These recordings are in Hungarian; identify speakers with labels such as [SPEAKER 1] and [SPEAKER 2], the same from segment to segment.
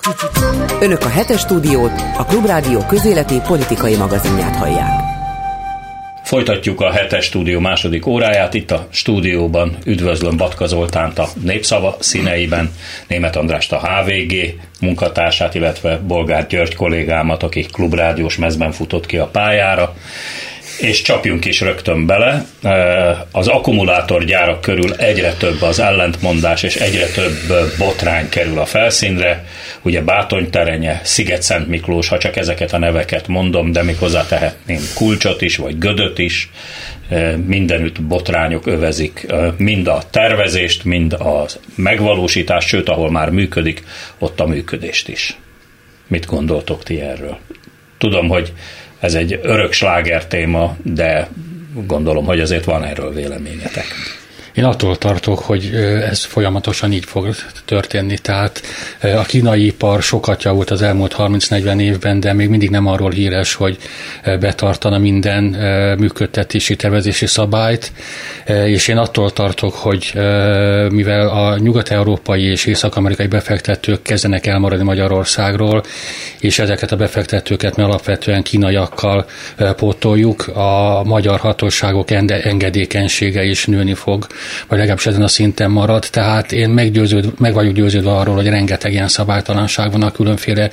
[SPEAKER 1] Önök a Hetes Stúdiót, a Klubrádió közéleti politikai magazinját hallják.
[SPEAKER 2] Folytatjuk a Hetes Stúdió második óráját. Itt a stúdióban üdvözlöm Batka Zoltánt a Népszava színeiben, Németh Andrást a HVG munkatársát, illetve Bolgár György kollégámat, aki klubrádiós mezben futott ki a pályára. És csapjunk is rögtön bele. Az akkumulátorgyárak körül egyre több az ellentmondás, és egyre több botrány kerül a felszínre. Ugye Bátonyterenye, Sziget-Szent Miklós, ha csak ezeket a neveket mondom, de még hozzátehetném Kulcsot is, vagy Gödöt is. Mindenütt botrányok övezik mind a tervezést, mind a megvalósítást, sőt, ahol már működik, ott a működést is. Mit gondoltok ti erről? Tudom, hogy ez egy örök sláger téma, de gondolom, hogy azért van erről véleményetek.
[SPEAKER 3] Én attól tartok, hogy ez folyamatosan így fog történni, tehát a kínai ipar sokat javult az elmúlt 30-40 évben, de még mindig nem arról híres, hogy betartana minden működtetési, tervezési szabályt, és én attól tartok, hogy mivel a nyugat-európai és észak-amerikai befektetők kezdenek elmaradni Magyarországról, és ezeket a befektetőket mi alapvetően kínaiakkal pótoljuk, a magyar hatóságok engedékenysége is nőni fog, vagy legalábbis ezen a szinten marad, tehát én meg vagyok győződve arról, hogy rengeteg ilyen szabálytalanság van a különféle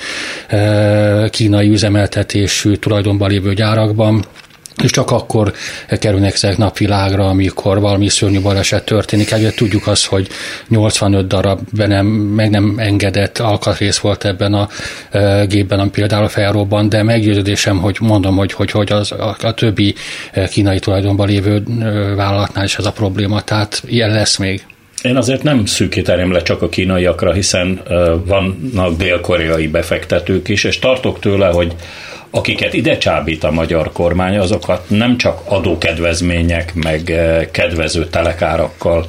[SPEAKER 3] kínai üzemeltetésű tulajdonban lévő gyárakban, és csak akkor kerülnek ezek napvilágra, amikor valami szörnyű baleset történik. Egyébként tudjuk azt, hogy 85 darab meg nem engedett alkatrész volt ebben a gépben, ami például felrobban, de meggyőződésem, hogy mondom, hogy a többi kínai tulajdonban lévő vállalatnál is ez a probléma, tehát ilyen lesz még.
[SPEAKER 2] Én azért nem szűkíteném le csak a kínaiakra, hiszen vannak dél-koreai befektetők is, és tartok tőle, hogy akiket ide csábít a magyar kormány, azokat nem csak adókedvezmények, meg kedvező telekárakkal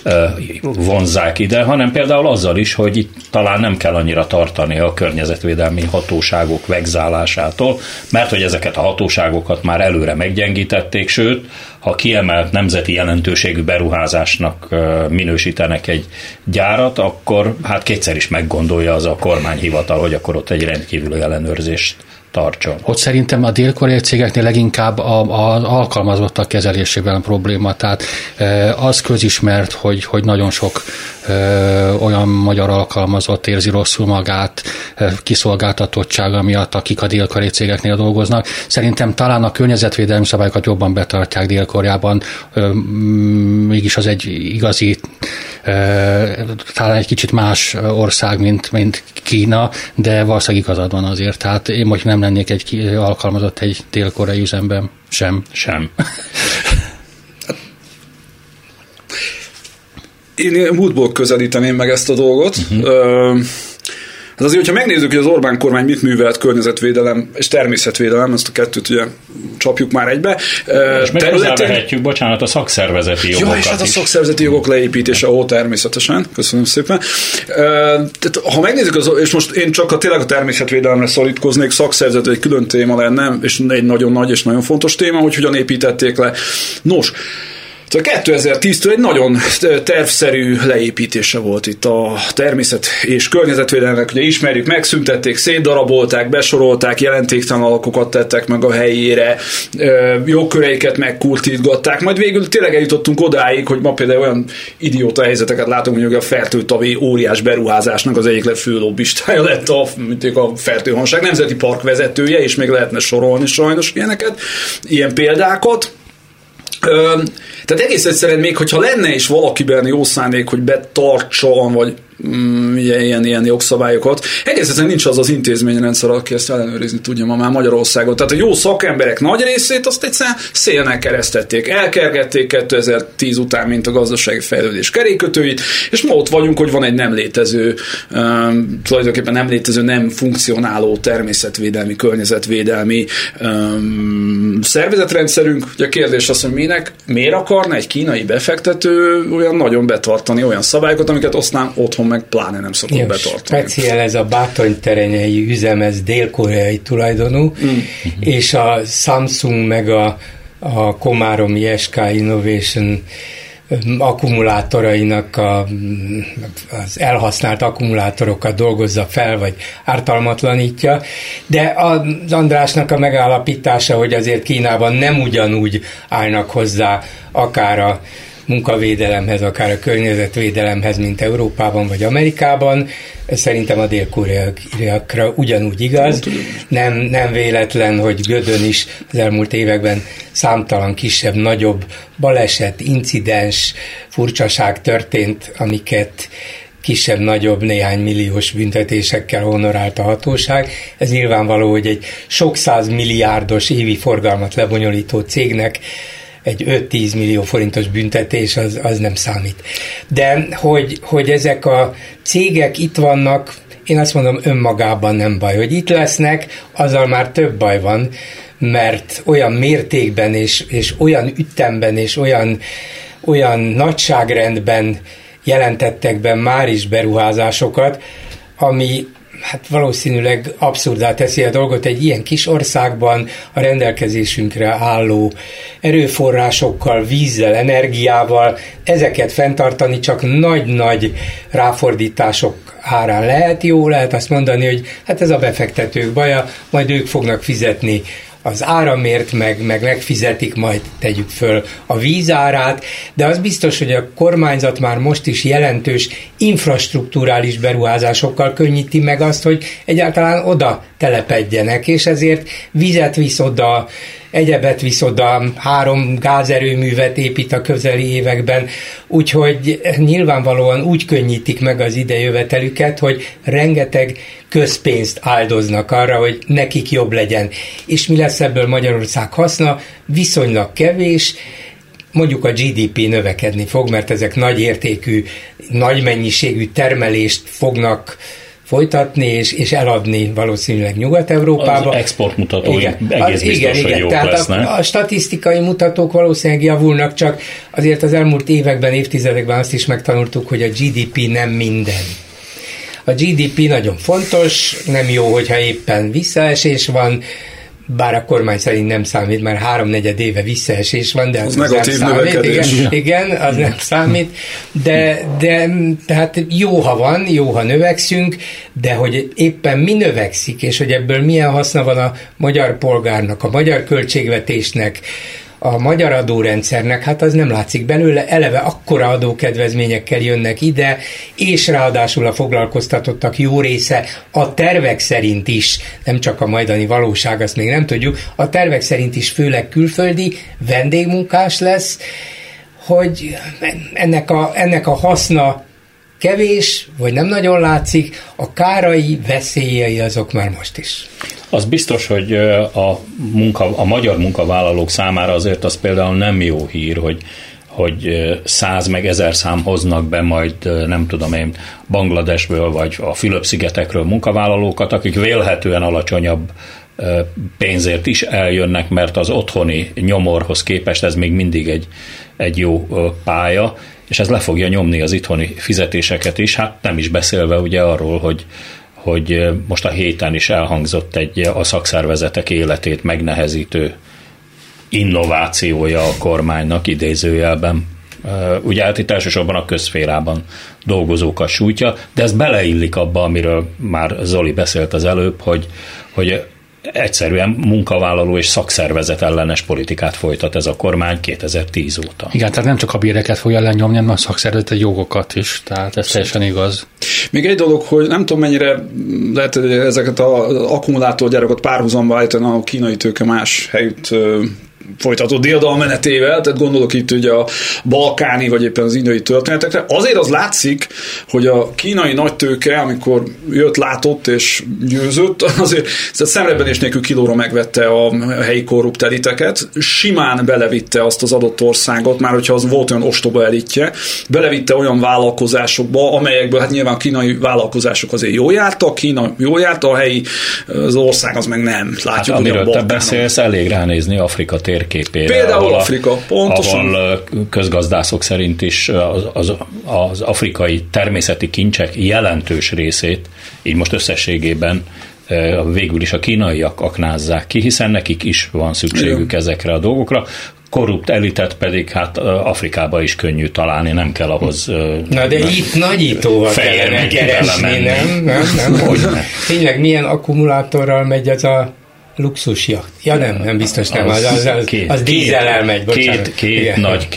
[SPEAKER 2] vonzzák ide, hanem például azzal is, hogy itt talán nem kell annyira tartani a környezetvédelmi hatóságok vegzálásától, mert hogy ezeket a hatóságokat már előre meggyengítették, sőt, ha kiemelt nemzeti jelentőségű beruházásnak minősítenek egy gyárat, akkor hát kétszer is meggondolja az a kormányhivatal, hogy akkor ott egy rendkívüli ellenőrzést tartson.
[SPEAKER 3] Ott szerintem a dél-koreai cégeknél leginkább az alkalmazottak kezelésében a probléma, tehát az közismert, hogy nagyon sok olyan magyar alkalmazott érzi rosszul magát kiszolgáltatottsága miatt, akik a dél-koreai cégeknél dolgoznak. Szerintem talán a környezetvédelmi szabályokat jobban betartják Dél-Koreában, mégis az egy igazi, talán egy kicsit más ország, mint Kína, de valószínűleg igazad van azért. Tehát én most nem lennék egy alkalmazott egy dél-koreai üzemben. Sem.
[SPEAKER 4] Én múltból közelíteném meg ezt a dolgot. Hát azért, hogyha megnézzük, hogy az Orbán kormány mit művelt környezetvédelem és természetvédelem, ezt a kettőt ugye csapjuk már egybe.
[SPEAKER 2] És meg hozzávehetjük, bocsánat, a szakszervezeti jogokat
[SPEAKER 4] és hát a
[SPEAKER 2] is.
[SPEAKER 4] szakszervezeti jogok leépítése, ahol természetesen. Köszönöm szépen. Tehát, ha megnézzük, és most én csak tényleg a természetvédelemre szorítkoznék, szakszervezet egy külön téma lenne, és egy nagyon nagy és nagyon fontos téma, hogy hogyan építették le. Nos, 2010-től egy nagyon tervszerű leépítése volt itt a természet és környezetvédelemnek, ugye ismerjük, megszüntették, szétdarabolták, besorolták, jelentéktelen alakokat tettek meg a helyére, jogköreiket megkurtítgatták, majd végül tényleg eljutottunk odáig, hogy ma például olyan idióta helyzeteket látunk, hogy a Fertőtavi óriás beruházásnak az egyik legfő lobbistája lett a Fertőhanság Nemzeti Park vezetője, és még lehetne sorolni sajnos ilyen példákat. Tehát egész egyszerűen még, hogyha lenne is valakiben jó szándék, hogy betartson, vagy ilyen jogszabályokat, egész egyszerűen nincs az intézményrendszer, aki ezt ellenőrizni tudja ma már Magyarországon. Tehát a jó szakemberek nagy részét azt egyszerűen szélnek keresztették, elkergették 2010 után, mint a gazdasági fejlődés kerékkötőit, és ma ott vagyunk, hogy van egy nem létező, tulajdonképpen nem létező, nem funkcionáló természetvédelmi, környezetvédelmi szervezetrendszerünk. Ugye a kérdés az, hogy miért akarna egy kínai befektető olyan nagyon betartani olyan szabályokat, amiket aztán otthon meg pláne nem szokott betartani.
[SPEAKER 5] Speciál ez a bátonyterenyei üzem, ez dél-koreai tulajdonú, és a Samsung meg a komáromi SK Innovation akkumulátorainak az elhasznált akkumulátorokat dolgozza fel, vagy ártalmatlanítja, de az Andrásnak a megállapítása, hogy azért Kínában nem ugyanúgy állnak hozzá akár a munkavédelemhez, akár a környezetvédelemhez, mint Európában vagy Amerikában, ez szerintem a dél-koreaiakra ugyanúgy igaz. Nem véletlen, hogy Gödön is az elmúlt években számtalan kisebb, nagyobb baleset, incidens, furcsaság történt, amiket kisebb-nagyobb néhány milliós büntetésekkel honorált a hatóság. Ez nyilvánvaló, hogy egy sok százmilliárdos évi forgalmat lebonyolító cégnek egy 5-10 millió forintos büntetés az nem számít. De hogy ezek a cégek itt vannak, én azt mondom, önmagában nem baj. Hogy itt lesznek, azzal már több baj van, mert olyan mértékben és olyan ütemben és olyan nagyságrendben jelentettek be már is beruházásokat, ami hát valószínűleg abszurdá teszi a dolgot egy ilyen kis országban a rendelkezésünkre álló erőforrásokkal, vízzel, energiával, ezeket fenntartani csak nagy-nagy ráfordítások árán lehet. Jó, lehet azt mondani, hogy hát ez a befektetők baja, majd ők fognak fizetni az áramért, meg megfizetik, majd tegyük föl a vízárát, de az biztos, hogy a kormányzat már most is jelentős infrastrukturális beruházásokkal könnyíti meg azt, hogy egyáltalán oda telepedjenek, és ezért vizet visz oda, egyebet visz oda, 3 gázerőművet épít a közeli években, úgyhogy nyilvánvalóan úgy könnyítik meg az idejövetelüket, hogy rengeteg közpénzt áldoznak arra, hogy nekik jobb legyen. És mi lesz ebből Magyarország haszna? Viszonylag kevés, mondjuk a GDP növekedni fog, mert ezek nagy értékű, nagy mennyiségű termelést fognak folytatni és eladni valószínűleg Nyugat-Európába.
[SPEAKER 2] Az exportmutatói egész biztos, hogy jók
[SPEAKER 5] tehát
[SPEAKER 2] lesznek.
[SPEAKER 5] A statisztikai mutatók valószínűleg javulnak, csak azért az elmúlt években, évtizedekben azt is megtanultuk, hogy a GDP nem minden. A GDP nagyon fontos, nem jó, hogyha éppen visszaesés van, bár a kormány szerint nem számít, mert 3-4 éve visszaesés van, de az
[SPEAKER 4] negatív
[SPEAKER 5] nem számít. Igen, az nem számít, de tehát jó, ha van, jó, ha növekszünk, de hogy éppen mi növekszik, és hogy ebből milyen haszna van a magyar polgárnak, a magyar költségvetésnek, a magyar adórendszernek, hát az nem látszik belőle, eleve akkora adókedvezményekkel jönnek ide, és ráadásul a foglalkoztatottak jó része a tervek szerint is, nem csak a majdani valóság, azt még nem tudjuk, a tervek szerint is főleg külföldi vendégmunkás lesz, hogy ennek a haszna kevés, vagy nem nagyon látszik, a veszélyei azok már most is.
[SPEAKER 2] Az biztos, hogy a magyar munkavállalók számára azért az például nem jó hír, hogy 100 meg 1000 szám hoznak be majd, nem tudom én, Bangladesből vagy a Fülöp-szigetekről munkavállalókat, akik vélhetően alacsonyabb pénzért is eljönnek, mert az otthoni nyomorhoz képest ez még mindig egy jó pálya, és ez le fogja nyomni az itthoni fizetéseket is, hát nem is beszélve ugye arról, hogy most a héten is elhangzott a szakszervezetek életét megnehezítő innovációja a kormánynak idézőjelben. Ugye hát itt elsősorban a közszférában dolgozókat sújtja, de ez beleillik abba, amiről már Zoli beszélt az előbb, hogy egyszerűen munkavállaló és szakszervezet ellenes politikát folytat ez a kormány 2010 óta.
[SPEAKER 3] Igen, tehát nem csak a béreket fogja lenyomni, hanem a szakszervezeti jogokat is, tehát ez teljesen igaz.
[SPEAKER 4] Még egy dolog, hogy nem tudom mennyire lehet ezeket az akkumulátorgyárokat párhuzamba állítani a kínai tőke más helyütt folytatott diadalmenetével, tehát gondolok itt ugye a balkáni, vagy éppen az indiai történetekre. Azért az látszik, hogy a kínai nagytőke, amikor jött, látott és győzött, azért szemrebenés nélkül kilóra megvette a helyi korrupt eliteket, simán belevitte azt az adott országot, már hogyha az volt olyan ostoba elitje, belevitte olyan vállalkozásokba, amelyekből hát nyilván a kínai vállalkozások azért jól jártak, Kína jól járta, a helyi az ország az meg nem. Látjuk,
[SPEAKER 2] hát amiről te beszélsz, elég ránézni Afrika térképére.
[SPEAKER 4] Például Afrika, pontosan.
[SPEAKER 2] Ahol közgazdászok szerint is az afrikai természeti kincsek jelentős részét, így most összességében végül is a kínaiak aknázzák ki, hiszen nekik is van szükségük ezekre a dolgokra. korrupt elitet pedig hát Afrikába is könnyű találni, nem kell ahhoz...
[SPEAKER 5] Na de itt nagyítóval kellene keresni, nem? Tényleg milyen akkumulátorral megy az a luxusjacht? Ja nem, biztos nem, az dízellel megy, bocsánat.
[SPEAKER 2] Két nagy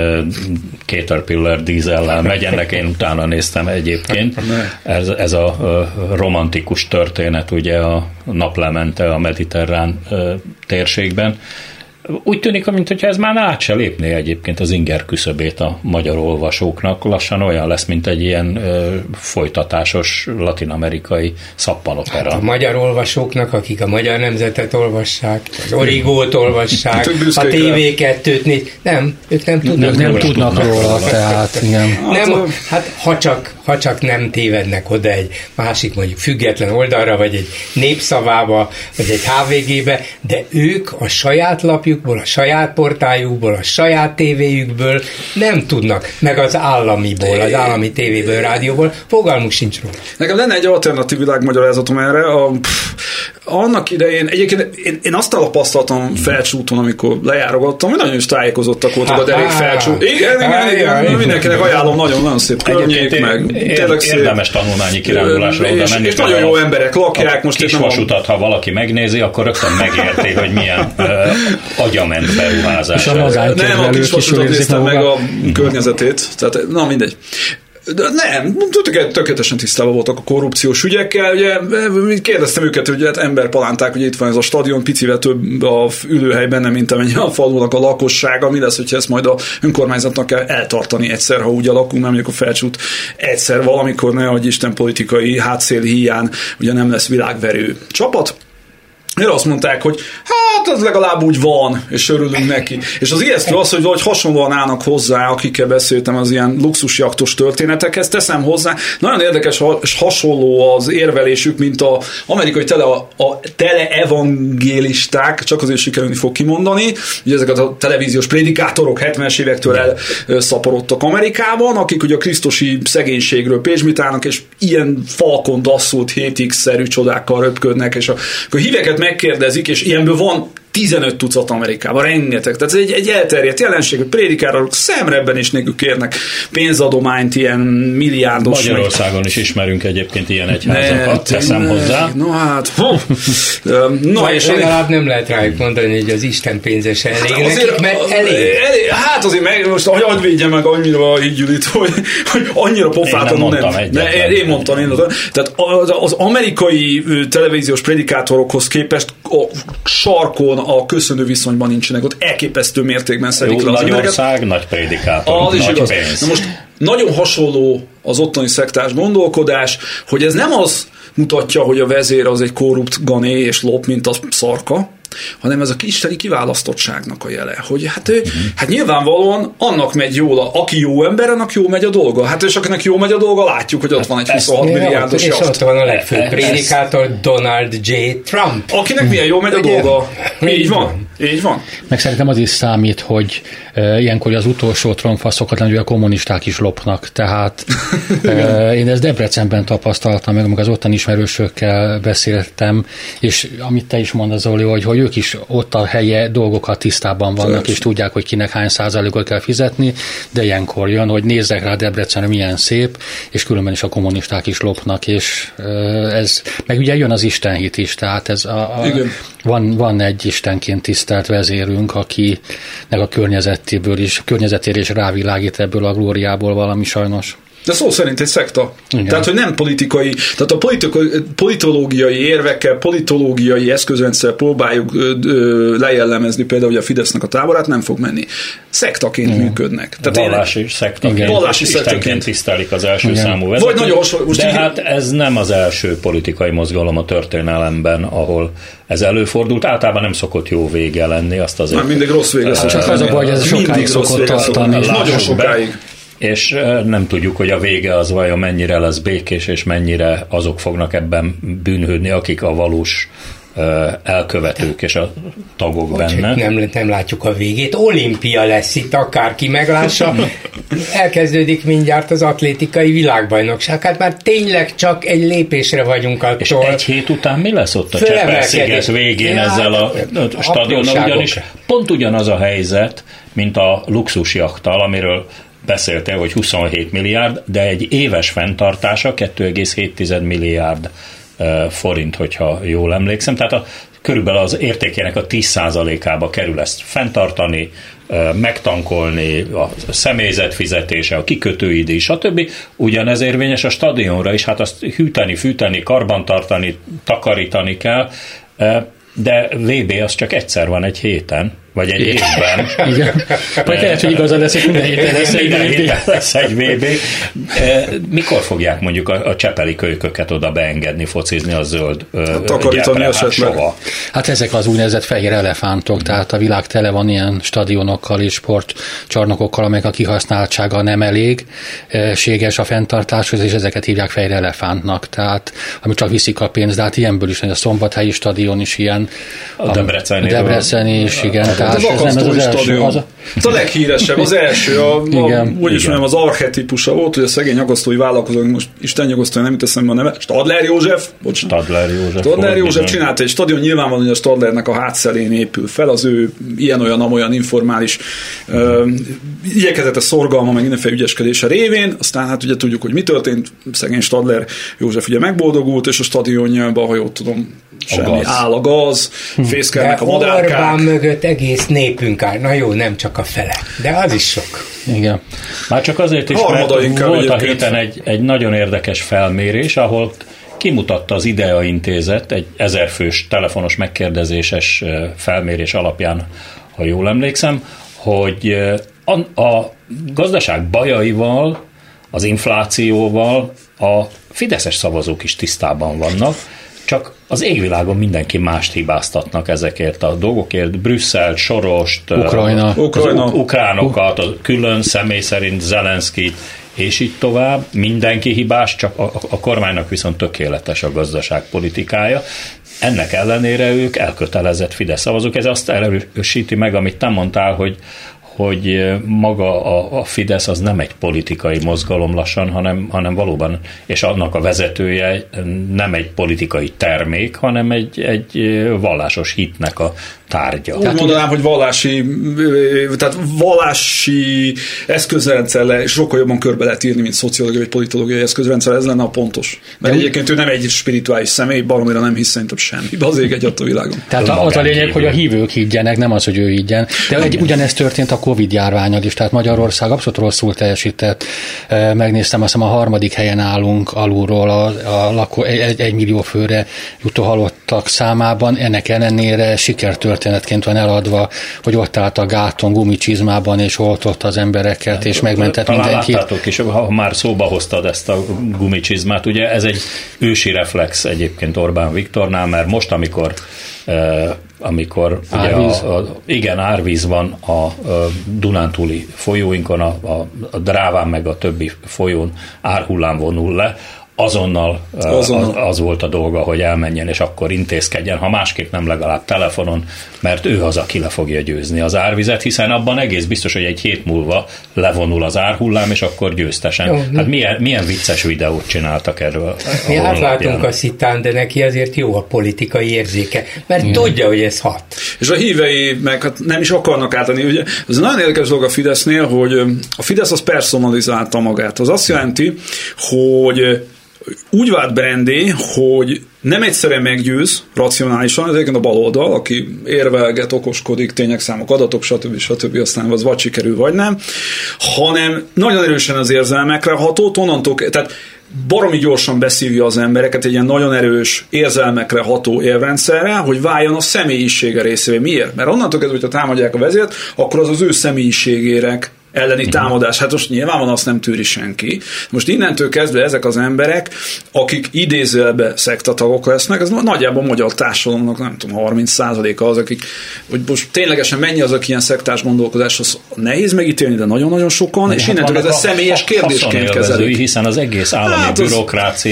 [SPEAKER 2] Caterpillar dízellel megy, ennek én utána néztem egyébként. Ez a romantikus történet ugye a naplemente a mediterrán térségben. Úgy tűnik, mintha ez már át se lépné egyébként az inger küszöbét a magyar olvasóknak. Lassan olyan lesz, mint egy ilyen folytatásos latin-amerikai szappanopera. Hát
[SPEAKER 5] a magyar olvasóknak, akik a Magyar Nemzetet olvassák, az Origót olvassák, a TV2-t nem, ők nem tudnak.
[SPEAKER 3] Nem tudnak róla, tehát igen.
[SPEAKER 5] Nem, hát ha csak nem tévednek oda egy másik mondjuk független oldalra, vagy egy Népszavába, vagy egy HVG-be, de ők a saját lapjukból, a saját portájukból, a saját tévéjükből nem tudnak, meg az államiból, az állami tévéből, rádióból, fogalmuk sincs róla.
[SPEAKER 4] Nekem lenne egy alternatív világmagyarázatom erre. Annak idején, egyébként én azt tapasztaltam Felcsúton, amikor lejárogattam, hogy nagyon is tájékozottak voltak a derék Felcsú. Igen, mindenkinek ajánlom, nagyon szép környék, meg tényleg
[SPEAKER 2] érdemes tanulmányi kirándulásra oda menni.
[SPEAKER 4] És nagyon jó emberek lakják. Most
[SPEAKER 2] kisvasutat, ha valaki megnézi, akkor rögtön megérti, hogy milyen agyament beruházás.
[SPEAKER 4] Nem, a kisvasutat néztem meg a környezetét, tehát na mindegy. De nem, tökéletesen tisztában voltak a korrupciós ügyekkel. Ugye, kérdeztem őket, hogy hát emberpalánták, hogy itt van ez a stadion, picivel több a ülőhely benne, mint amennyi a falunak a lakossága. Mi lesz, hogyha ezt majd a önkormányzatnak kell eltartani egyszer, ha úgy alakul, mert mondjuk a Felcsút egyszer valamikor, ne adj Isten, politikai hátszél híján ugye nem lesz világverő csapat. Őre azt mondták, hogy hát ez legalább úgy van, és örülünk neki. És az ijesztő az, hogy valahogy hasonlóan állnak hozzá, akikkel beszéltem az ilyen luxusjaktos történetekhez, teszem hozzá. Nagyon érdekes és hasonló az érvelésük, mint az amerikai teleevangélisták, csak azért sikerülni fog kimondani. Ugye ezeket a televíziós prédikátorok 70-es évektől elszaporodtak Amerikában, akik ugye a krisztusi szegénységről pézsmitálnak, és ilyen falkon dasszult 7x-szerű csodákkal röpködnek, és a híveket megkérdezik, és ilyenből van 15 tucat Amerikában, rengeteg. Tehát ez egy elterjedt jelenség, hogy prédikárok szemrebben is nélkül kérnek pénzadományt, ilyen milliárdos.
[SPEAKER 2] Magyarországon is ismerünk egyébként ilyen egyházakat, teszem hozzá.
[SPEAKER 4] No hát,
[SPEAKER 5] és legalább nem lehet rájuk mondani, hogy az Isten pénze se elég nekik, mert elég.
[SPEAKER 4] Hát azért meg, most hadd védje meg annyira így Judit, hogy annyira pofátlanul nem. Én mondtam. Tehát az amerikai televíziós prédikátorokhoz képest a sarkon a köszönő viszonyban nincsenek, ott elképesztő mértékben szedik le az
[SPEAKER 2] nagy ország, nagy prédikátor, nagy pénz.
[SPEAKER 4] Na most nagyon hasonló az ottani szektás gondolkodás, hogy ez nem az mutatja, hogy a vezér az egy korrupt gané és lop, mint a szarka, hanem ez a isteni kiválasztottságnak a jele, hogy hát nyilvánvalóan annak megy jól, aki jó ember, annak jó megy a dolga. Hát és akinek jó megy a dolga, látjuk, hogy ott van egy 26 milliárdos jacht.
[SPEAKER 5] És ott van a legfőbb prédikátor, Donald J. Trump.
[SPEAKER 4] Akinek milyen jó megy a dolga. Így van.
[SPEAKER 3] Meg szerintem az is számít, hogy ilyenkor az utolsó trónfaszokat lenni, a kommunisták is lopnak. Tehát én ezt Debrecenben tapasztaltam, meg az ottani ismerősökkel beszéltem, és amit te is mondasz, Zoli, hogy ők is ott a helye dolgokat tisztában vannak, és tudják, hogy kinek hány százalékot kell fizetni, de ilyenkor jön, hogy nézzek rá Debrecenre, milyen szép, és különben is a kommunisták is lopnak, és ez, meg ugye jön az istenhit is, tehát ez van egy istenként tisztelt vezérünk, akinek a környezetére is rávilágít ebből a glóriából valami sajnos.
[SPEAKER 4] De szó szerint egy szekta. Igen. Tehát, hogy nem politikai, tehát a politológiai érvekkel, politológiai eszközrendszer próbáljuk lejellemezni például, hogy a Fidesznek a táborát, nem fog menni. Szektaként működnek.
[SPEAKER 2] Vallási szektaként.
[SPEAKER 4] Vallási szektaként
[SPEAKER 2] tisztelik az első számú vezetőt. De hát ez nem az első politikai mozgalom a történelemben, ahol ez előfordult. Általában nem szokott jó vége lenni. Azt azért.
[SPEAKER 4] Már mindig rossz vége szokott.
[SPEAKER 3] Csak az a baj, hogy ez sokáig szokott tartani.
[SPEAKER 4] Nagyon sokáig.
[SPEAKER 2] És nem tudjuk, hogy a vége az vajon mennyire lesz békés, és mennyire azok fognak ebben bűnhődni, akik a valós elkövetők és a tagok benne.
[SPEAKER 5] Nem látjuk a végét. Olimpia lesz itt, akárki meglássa. Elkezdődik mindjárt az atlétikai világbajnokság. Hát már tényleg csak egy lépésre vagyunk attól.
[SPEAKER 2] És egy hét után mi lesz ott a Csepel-sziget végén ezzel a stadionnal? Ugyanis pont ugyanaz a helyzet, mint a luxusjachttal, amiről beszéltél, hogy 27 milliárd, de egy éves fenntartása 2,7 milliárd forint, hogyha jól emlékszem. Tehát körülbelül az értékének a 10%-ába kerül ezt fenntartani, megtankolni, a személyzet fizetése, a kikötőidő, stb. Ugyanez érvényes a stadionra is, hát azt hűteni, fűteni, karbantartani, takarítani kell, de VB az csak egyszer van egy héten, vagy egy évben.
[SPEAKER 3] Igen. Vagy lehet, hogy igazad lesz, hogy minden héten
[SPEAKER 2] lesz egy VB. Mikor fogják mondjuk a csepeli kölyköket oda beengedni, focizni a zöld
[SPEAKER 4] takarítani esetleg?
[SPEAKER 3] Hát ezek az úgynevezett fehér elefántok, tehát a világ tele van ilyen stadionokkal és sportcsarnokokkal, amelyek a kihasználtsága nem elégséges a fenntartáshoz, és ezeket hívják fehér elefántnak, tehát ami csak viszik a pénzt, de hát ilyenből is, a Szombathelyi stadion is ilyen.
[SPEAKER 2] A Debreceni is, igen.
[SPEAKER 4] Az akasztói stadion. Az a leghíresebb, az első, úgyis mondjam, az archetipusa volt, hogy a szegény akasztói vállalkozók, most Isten nyugosztója, nem teszem a neve, Stadler József csinálta egy stadion, nyilvánvalóan, hogy a Stadlernek a hátszelén épül fel, az ő ilyen-olyan informális igyekezete, szorgalma, meg mindenféle ügyeskedése révén, aztán hát ugye tudjuk, hogy mi történt, szegény Stadler József ugye megboldogult, és a stadionjában, ha jól tudom, semmi áll a gaz, fészkelnek a madárkák.
[SPEAKER 5] Orbán mögött egész népünk áll. Na jó, nem csak a fele, de az is sok.
[SPEAKER 3] Igen.
[SPEAKER 2] Már csak azért is, mert volt a héten egy nagyon érdekes felmérés, ahol kimutatta az IDEA intézet egy 1000 fős telefonos megkérdezéses felmérés alapján, ha jól emlékszem, hogy a gazdaság bajaival, az inflációval a fideszes szavazók is tisztában vannak, csak az égvilágon mindenki mást hibáztatnak ezekért a dolgokért. Brüsszelt, Sorost, ukránokat, külön személy szerint Zelenszkit, és így tovább. Mindenki hibás, csak a kormánynak viszont tökéletes a gazdaságpolitikája. Ennek ellenére ők elkötelezett Fidesz szavazók. Ez azt erősíti meg, amit te mondtál, hogy maga a Fidesz az nem egy politikai mozgalom lassan, hanem valóban, és annak a vezetője nem egy politikai termék, hanem egy vallásos hitnek a tárgya.
[SPEAKER 4] Úgy mondanám, hogy vallási eszközrendszerrel sokkal jobban körbe lehet írni, mint szociológiai vagy politológiai eszközrendszer, ez lenne a pontos. Mert egyébként ő nem egy spirituális személy, baromira nem hisz szerintem semmi. Az ég egy a világon.
[SPEAKER 3] Tehát az a lényeg, hogy a hívők higgyenek, nem az, hogy ő higgyen. De ugyanezt történt a Covid járványon is, tehát Magyarország abszolút rosszul teljesített. Megnéztem, azt hiszem a 3. helyen állunk alulról egy millió főre jutó halottak számában. Ennek ellenére sikertörténetként van eladva, hogy ott állt a gáton gumicsizmában, és oltott az embereket, és megmentett mindenkit.
[SPEAKER 2] Láttátok is, ha már szóba hoztad ezt a gumicsizmát, ugye ez egy ősi reflex egyébként Orbán Viktornál, mert most, amikor ugye árvíz van a Dunántúli folyóinkon, a Dráván meg a többi folyón árhullám vonul le, azonnal. Az volt a dolga, hogy elmenjen, és akkor intézkedjen, ha másképp nem legalább telefonon, mert ő az, aki le fogja győzni az árvizet, hiszen abban egész biztos, hogy egy hét múlva levonul az árhullám, és akkor győztesen. Jó, hát milyen vicces videót csináltak erről.
[SPEAKER 5] Mi átlátunk a szitán, de neki azért jó a politikai érzéke, mert tudja, hogy ez hat.
[SPEAKER 4] És a hívei meg hát nem is akarnak átadni. Ugye, ez nagyon érdekes dolog a Fidesznél, hogy a Fidesz az personalizálta magát. Az azt jelenti, hogy úgy vált brandé, hogy nem egyszerűen meggyőz racionálisan, ez egyébként a baloldal, aki érvelget, okoskodik, tények, számok, adatok, stb. Aztán az vagy sikerül, vagy nem, hanem nagyon erősen az érzelmekre ható, onnantól, tehát baromi gyorsan beszívja az embereket egy ilyen nagyon erős érzelmekre ható érvrendszerre, hogy váljon a személyisége részévé. Miért? Mert onnantól kezdve, hogyha támadják a vezért, akkor az ő személyiségére elleni támadás. Hát most nyilvánvalóan azt nem tűri senki. Most innentől kezdve ezek az emberek, akik idézőjelbe szektatagok lesznek, ez nagyjából a magyar társadalomnak nem tudom, 30%-a az, akik, hogy most ténylegesen mennyi az, aki ilyen szektás gondolkodás, az nehéz megítélni, de nagyon-nagyon sokan, és innentől ez a személyes kérdésként kezelik.
[SPEAKER 2] Hiszen az egész állami bürokrácia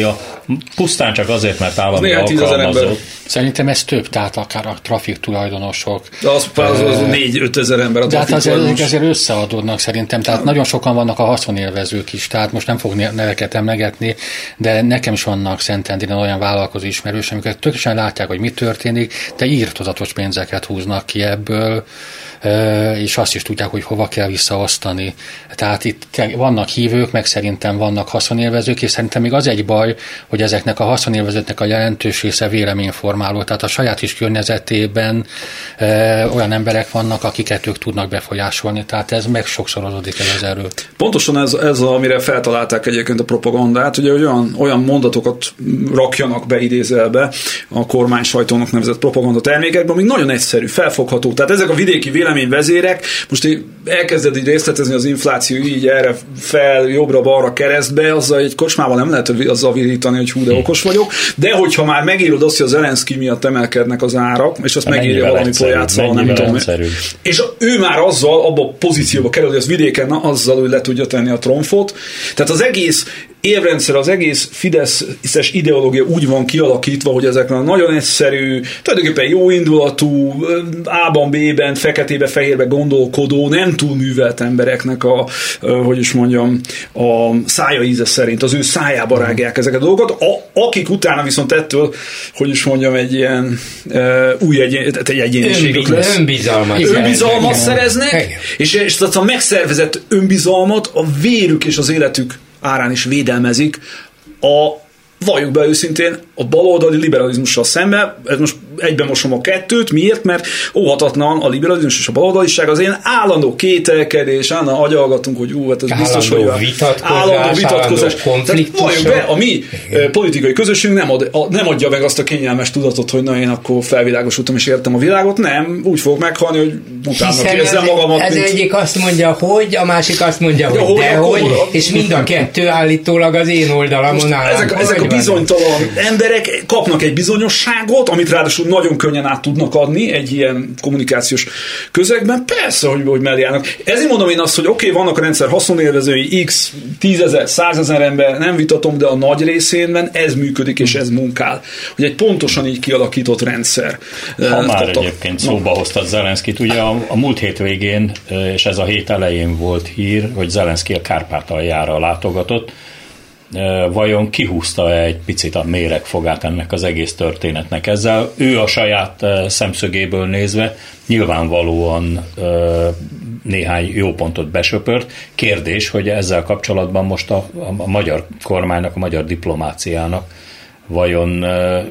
[SPEAKER 2] Pusztán csak azért, mert állami alkalmazott.
[SPEAKER 3] Szerintem ez több, tehát akár a trafik tulajdonosok.
[SPEAKER 4] De az 4-5 ezer ember a
[SPEAKER 3] trafik tulajdonos. Ezért összeadódnak szerintem, tehát nagyon sokan vannak a haszonélvezők is, tehát most nem fog neveket emlegetni, de nekem is vannak Szentendrén olyan vállalkozó ismerős, amiket tökéletesen látják, hogy mi történik, de írtozatos pénzeket húznak ki ebből, és azt is tudják, hogy hova kell visszaosztani. Tehát itt vannak hívők, meg szerintem vannak haszonélvezők, és szerintem még az egy baj, hogy ezeknek a haszonélvezőknek a jelentős része véleményformáló, tehát a saját is környezetében olyan emberek vannak, akiket ők tudnak befolyásolni, tehát ez meg sokszorozódik ez az erő.
[SPEAKER 4] Pontosan ez amire feltalálták egyébként a propagandát, ugye olyan mondatokat rakjanak be idézelbe a kormány sajtónak nevezett propaganda termékekben, amik nagyon egyszerű, felfogható. Tehát ezek a vidéki véleményvezérek, most elkezded így részletezni az infláció így erre fel, jobbra-balra keresztbe, azzal egy kocsmában nem lehet azzal virítani, hogy hú, de okos vagyok, de hogyha már megírod azt, hogy a Zelenszky miatt emelkednek az árak, és azt megírja valami pojáccal, nem tudom. És ő már azzal abba a pozícióba kerül, hogy az vidéken azzal, hogy le tudja tenni a tromfot. Tehát az egész évrendszer, az egész fideszes ideológia úgy van kialakítva, hogy ezek nagyon egyszerű, tulajdonképpen jóindulatú, A-ban, B-ben, feketébe, fehérbe gondolkodó, nem túl művelt embereknek a szája íze szerint, az ő szájába rágják ezeket a dolgokat, akik utána viszont ettől, egy ilyen új egyéniségük lesz. Önbizalmat szereznek, és a megszervezett önbizalmat a vérük és az életük árán is védelmezik valljuk be őszintén, a baloldali liberalizmussal szemben, ez most egyben mosom a kettőt, miért? Mert óhatatlan a liberalizmus és a baloldaliság az ilyen állandó kételkedés, állandóan agyalgatunk, hogy hát ez biztos, hogy állandó vitatkozás. Tehát valljuk be, a mi politikai közösségünk nem adja meg azt a kényelmes tudatot, hogy na én akkor felvilágosultam és értem a világot, nem, úgy fogok meghalni, hogy utána érzem magamat.
[SPEAKER 5] Ez egyik azt mondja, hogy, a másik azt mondja, hogy dehogy, és mind a kettő állítólag az én oldalamon áll.
[SPEAKER 4] Ezek a bizonytalan emberek kapnak egy bizonyosságot, amit ráadásul nagyon könnyen át tudnak adni egy ilyen kommunikációs közegben. Persze, hogy mellé állnak. Ezért mondom én azt, hogy oké, vannak a rendszer haszonélvezői, x 10 000, 100 000 ember, nem vitatom, de a nagy részénben ez működik és ez munkál. Hogy egy pontosan így kialakított rendszer.
[SPEAKER 2] Ha már egyébként szóba hoztad Zelenszkit, ugye a múlt hét végén, és ez a hét elején volt hír, hogy Zelenszky a Kárpátaljára látogatott. Vajon kihúzta egy picit a méregfogát ennek az egész történetnek ezzel? Ő a saját szemszögéből nézve nyilvánvalóan néhány jó pontot besöpört. Kérdés, hogy ezzel kapcsolatban most a magyar kormánynak, a magyar diplomáciának vajon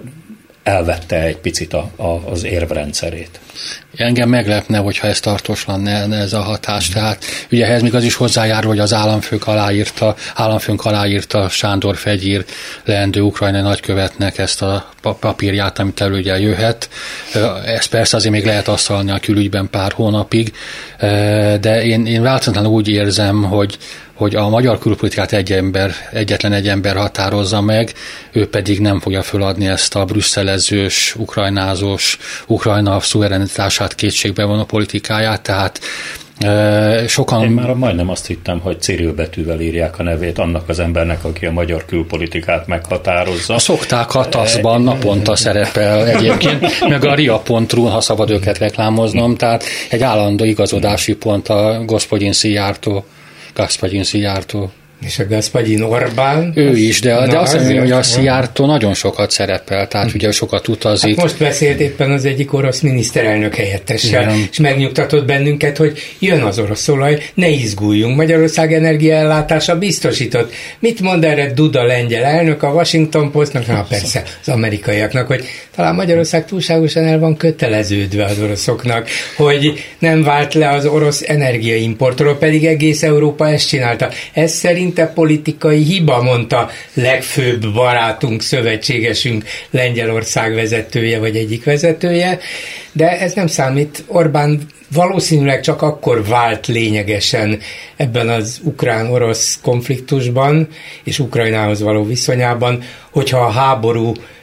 [SPEAKER 2] elvette egy picit az érvrendszerét.
[SPEAKER 3] Engem meglepne, hogyha ez tartós lenne ez a hatás. Tehát ugye ehhez még az is hozzájárul, hogy az államfőnk aláírta Sándor Fegyír leendő ukrajnai nagykövetnek ezt a papírját, amit elő jöhet. Ezt persze azért még lehet asszalni a külügyben pár hónapig, de én változatlanul úgy érzem, hogy a magyar külpolitikát egyetlen egy ember határozza meg, ő pedig nem fogja föladni ezt a brüsszelezős, ukrajnázós, Ukrajna szuverenitását kétségbe vonó politikáját, tehát sokan...
[SPEAKER 2] Én már majdnem azt hittem, hogy Cyril betűvel írják a nevét annak az embernek, aki a magyar külpolitikát meghatározza.
[SPEAKER 3] Szokták a TASZ-ban naponta szerepel egyébként, meg a ria.ru, ha szabad őket reklámoznom, tehát egy állandó igazodási pont a Gospodin Szijjártó.
[SPEAKER 5] És a Gasparin Orbán?
[SPEAKER 3] Ő is, de azt mondja, hogy a Szijjártó nagyon sokat szerepel, tehát ugye sokat utazik.
[SPEAKER 5] Hát most beszélt éppen az egyik orosz miniszterelnök helyettessel, és megnyugtatott bennünket, hogy jön az orosz olaj, ne izguljunk, Magyarország energiaellátása biztosított. Mit mond erre Duda lengyel elnök a Washington Postnak, persze az amerikaiaknak, hogy talán Magyarország túlságosan el van köteleződve az oroszoknak, hogy nem vált le az orosz energiaimportról, pedig egész Európa ezt csinálta. Ez szerinte politikai hiba, mondta legfőbb barátunk, szövetségesünk, Lengyelország vezetője, vagy egyik vezetője, de ez nem számít. Orbán valószínűleg csak akkor vált lényegesen ebben az ukrán-orosz konfliktusban, és Ukrajnához való viszonyában, hogyha a háború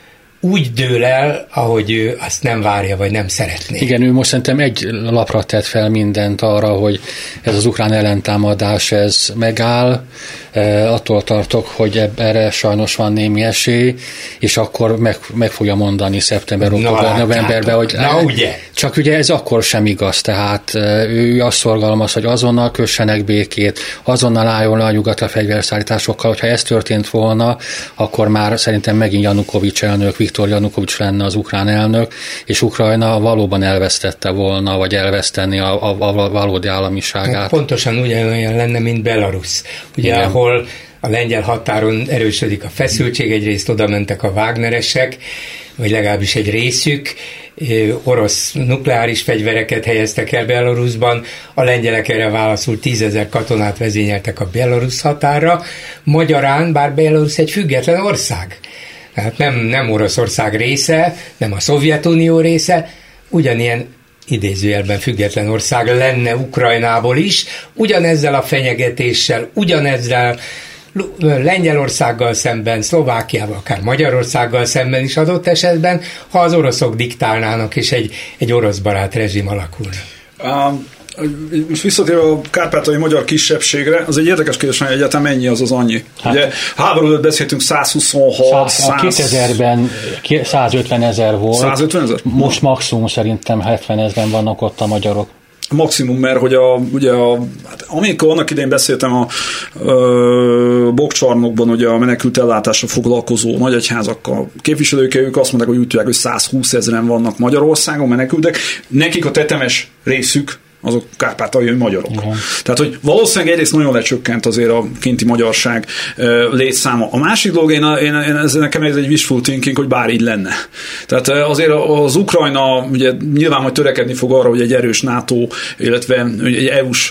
[SPEAKER 5] úgy dől el, ahogy ő azt nem várja, vagy nem szeretné.
[SPEAKER 3] Igen, ő most szerintem egy lapra tett fel mindent arra, hogy ez az ukrán ellentámadás, ez megáll. Attól tartok, hogy erre sajnos van némi esély, és akkor meg fogja mondani szeptember, október, novemberben, hogy csak ugye ez akkor sem igaz, tehát ő azt szorgalmaz, hogy azonnal kössenek békét, azonnal álljon le a nyugat a fegyverszállításokkal, hogyha ez történt volna, akkor már szerintem megint Janukovics elnök, Viktor Janukovics lenne az ukrán elnök, és Ukrajna valóban elvesztette volna, vagy elveszteni a valódi államiságát.
[SPEAKER 5] Hát pontosan ugyanolyan lenne, mint Belarus. Ugye, igen, ahol a lengyel határon erősödik a feszültség, egyrészt oda mentek a Wagneresek, vagy legalábbis egy részük, orosz nukleáris fegyvereket helyeztek el Belarusban, a lengyelek erre válaszul 10 000 katonát vezényeltek a Belarus határra, magyarán, bár Belarus egy független ország, tehát nem Oroszország része, nem a Szovjetunió része, ugyanilyen idézőjelben független ország lenne Ukrajnából is, ugyanezzel a fenyegetéssel, ugyanezzel Lengyelországgal szemben, Szlovákiával, akár Magyarországgal szemben is adott esetben, ha az oroszok diktálnának, és egy orosz barát rezsim alakulna.
[SPEAKER 4] Most visszatérve a kárpátaljai magyar kisebbségre, az egy érdekes kérdés, hogy egyáltalán mennyi az annyi. Hát, ugye háború előtt beszéltünk 126,
[SPEAKER 3] 2000-ben 150 000 volt.
[SPEAKER 4] 150 000?
[SPEAKER 3] Most maximum szerintem 70 000 vannak ott a magyarok.
[SPEAKER 4] Maximum, mert hogy hát amikor annak idején beszéltem a Bokcsarnokban, ugye a menekült ellátásra foglalkozó nagyegyházakkal képviselőkkel, ők azt mondták, hogy úgy tudják, hogy 120 000 vannak Magyarországon menekültek. Nekik a tetemes részük azok kárpátaljai magyarok. Uh-huh. Tehát, hogy valószínűleg egyrészt nagyon lecsökkent azért a kinti magyarság létszáma. A másik dolog, nekem ez egy wishful thinking, hogy bár így lenne. Tehát azért az Ukrajna ugye nyilván majd törekedni fog arra, hogy egy erős NATO, illetve egy EU-s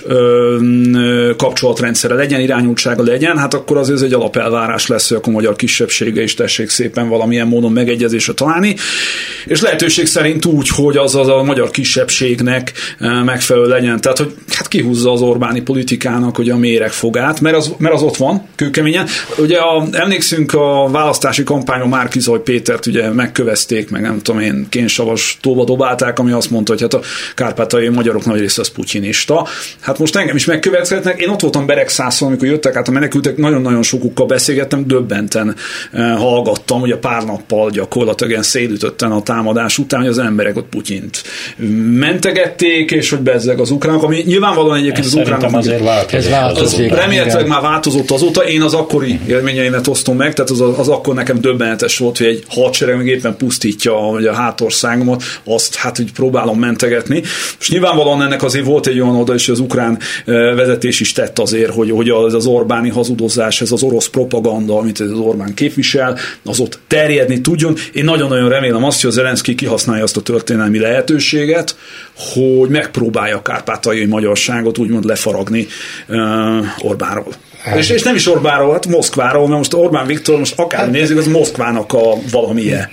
[SPEAKER 4] kapcsolatrendszere legyen, irányultsága legyen, hát akkor azért ez egy alapelvárás lesz, hogy akkor a magyar kisebbsége is tessék szépen valamilyen módon megegyezésre találni, és lehetőség szerint úgy, hogy az a magyar kisebbségnek megfelelő legyen. Tehát, hogy hát kihúzza az Orbáni politikának ugye a méregfogát, mert az ott van, kőkeményen. Ugye emlékszünk a választási kampányon Márki-Zay Pétert ugye megkövezték, meg nem tudom én, kénsavas tóba dobálták, ami azt mondta, hogy hát a kárpátaljai magyarok nagy része az putyinista. Hát most engem is megkövetkezhetnek. Én ott voltam Beregszászon, amikor jöttek át a menekültek, nagyon-nagyon sokukkal beszélgettem, döbbenten hallgattam, ugye pár nappal gyakorlatilag ilyen szédütötten a támadás után, hogy az emberek ott Putyint mentegették, és hogy bezzeg az ukránok, ami nyilvánvalóan egyébként az ukránok
[SPEAKER 2] azért változik.
[SPEAKER 4] Remélhetőleg már változott azóta, én az akkori élményeimet osztom meg, tehát az akkor nekem döbbenetes volt, hogy egy hadsereg meg éppen pusztítja a hátországomat, azt hát úgy próbálom mentegetni. És nyilvánvalóan ennek azért volt egy olyan oldal, és az ukrán vezetés is tett azért, hogy az Orbáni hazudozás, ez az orosz propaganda, amit az Orbán képvisel, az ott terjedni tudjon. Én nagyon-nagyon remélem azt, hogy az Zelenszky kihasználja azt a történelmi lehetőséget, hogy megpróbálja a kárpátaljai magyarságot úgymond lefaragni Orbánról. És nem is Orbánról, hát Moszkváról, mert most Orbán Viktor, most akár nézzük, az Moszkvának a valamilyen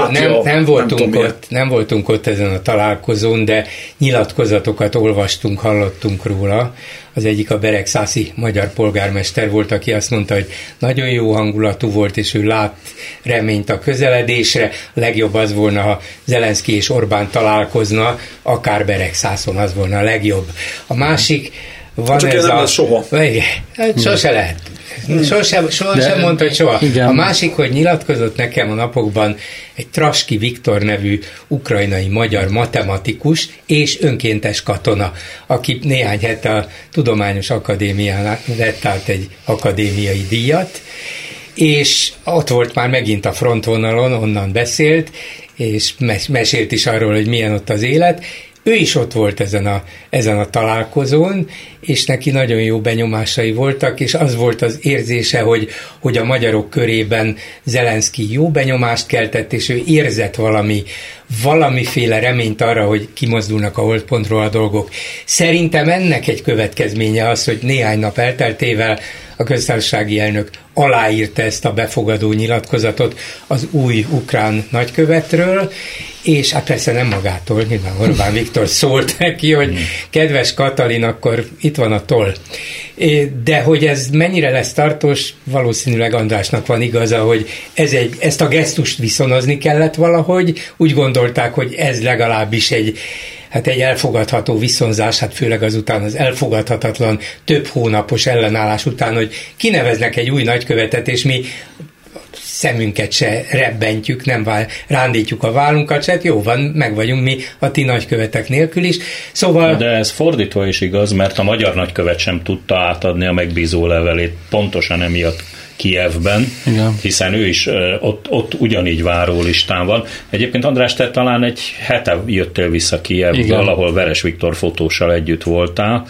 [SPEAKER 5] nem voltunk ott ezen a találkozón, de nyilatkozatokat olvastunk, hallottunk róla. Az egyik a beregszászi magyar polgármester volt, aki azt mondta, hogy nagyon jó hangulatú volt, és ő lát reményt a közeledésre. A legjobb az volna, ha Zelenszky és Orbán találkozna, akár Beregszászon, az volna a legjobb. A másik van
[SPEAKER 4] csak ez a... soha.
[SPEAKER 5] Sose lehet. Sosem mondta, hogy soha. Igen. A másik, hogy nyilatkozott nekem a napokban egy Traski Viktor nevű ukrajnai magyar matematikus és önkéntes katona, aki néhány hete a Tudományos Akadémián vett át egy akadémiai díjat, és ott volt már megint a frontvonalon, onnan beszélt, és mesélt is arról, hogy milyen ott az élet. Ő is ott volt ezen a találkozón, és neki nagyon jó benyomásai voltak, és az volt az érzése, hogy a magyarok körében Zelenszky jó benyomást keltett, és ő érzett valamiféle reményt arra, hogy kimozdulnak a holdpontról a dolgok. Szerintem ennek egy következménye az, hogy néhány nap elteltével a köztársasági elnök aláírta ezt a befogadó nyilatkozatot az új ukrán nagykövetről, és hát persze nem magától, nyilván Orbán Viktor szólt neki, hogy kedves Katalin, akkor itt van a toll. De hogy ez mennyire lesz tartós, valószínűleg Andrásnak van igaza, hogy ezt a gesztust viszonozni kellett valahogy. Úgy gondolták, hogy ez legalábbis egy elfogadható viszonzás, hát főleg azután az elfogadhatatlan több hónapos ellenállás után, hogy kineveznek egy új nagykövetet, és mi szemünket se rebbentjük, nem rándítjuk a vállunkat, se, jó van, meg vagyunk mi a ti nagykövetek nélkül is. Szóval... De
[SPEAKER 2] ez fordítva is igaz, mert a magyar nagykövet sem tudta átadni a megbízó levelét pontosan emiatt Kijevben, igen. Hiszen ő is ott ugyanígy várólistán van. Egyébként András, te talán egy hete jöttél vissza Kijevből, ahol Veres Viktor fotóssal együtt voltál.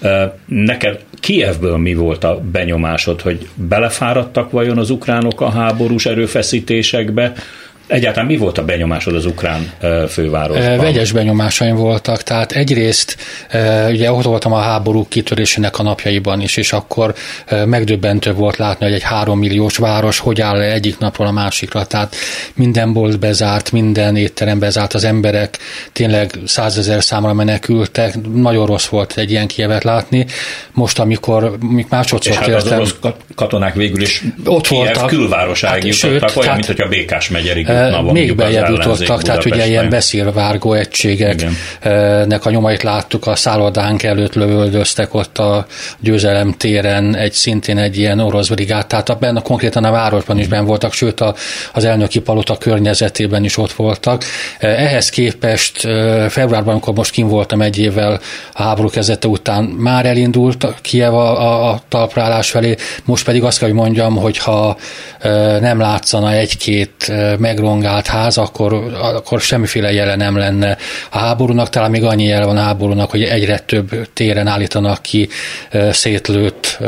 [SPEAKER 2] Neked Kijevből mi volt a benyomásod, hogy belefáradtak vajon az ukránok a háborús erőfeszítésekbe? Egyáltalán mi volt a benyomásod az ukrán fővárosban?
[SPEAKER 3] Vegyes benyomásaim voltak, tehát egyrészt ugye ott voltam a háború kitörésének a napjaiban is, és akkor megdöbbentő volt látni, hogy egy 3 milliós város hogy áll egyik napról a másikra, tehát minden bolt bezárt, minden étterem bezárt, az emberek tényleg 100 000 számra menekültek, nagyon rossz volt egy ilyen Kijevet látni. Most, amikor másodszor
[SPEAKER 2] és az orosz katonák végül is ott Kijev voltak, külvárosáig jutottak, olyan, mint hogy a Békás megyerig
[SPEAKER 3] még beljebb jutottak, tehát ugye ilyen beszélvárgó egységeknek a nyomait láttuk, a szállodánk előtt lövöldöztek ott a Győzelem téren szintén egy ilyen orosz brigád, tehát benne konkrétan a városban is benn voltak, sőt az elnöki palota környezetében is ott voltak. Ehhez képest februárban, amikor most kint voltam egy évvel a háború kezdete után, már elindult Kijev a talprálás felé, most pedig azt kell, hogy mondjam, hogy ha nem látszana egy-két megrongált ház, akkor semmiféle jele nem lenne a háborúnak, talán még annyi jele van a háborúnak, hogy egyre több téren állítanak ki szétlőtt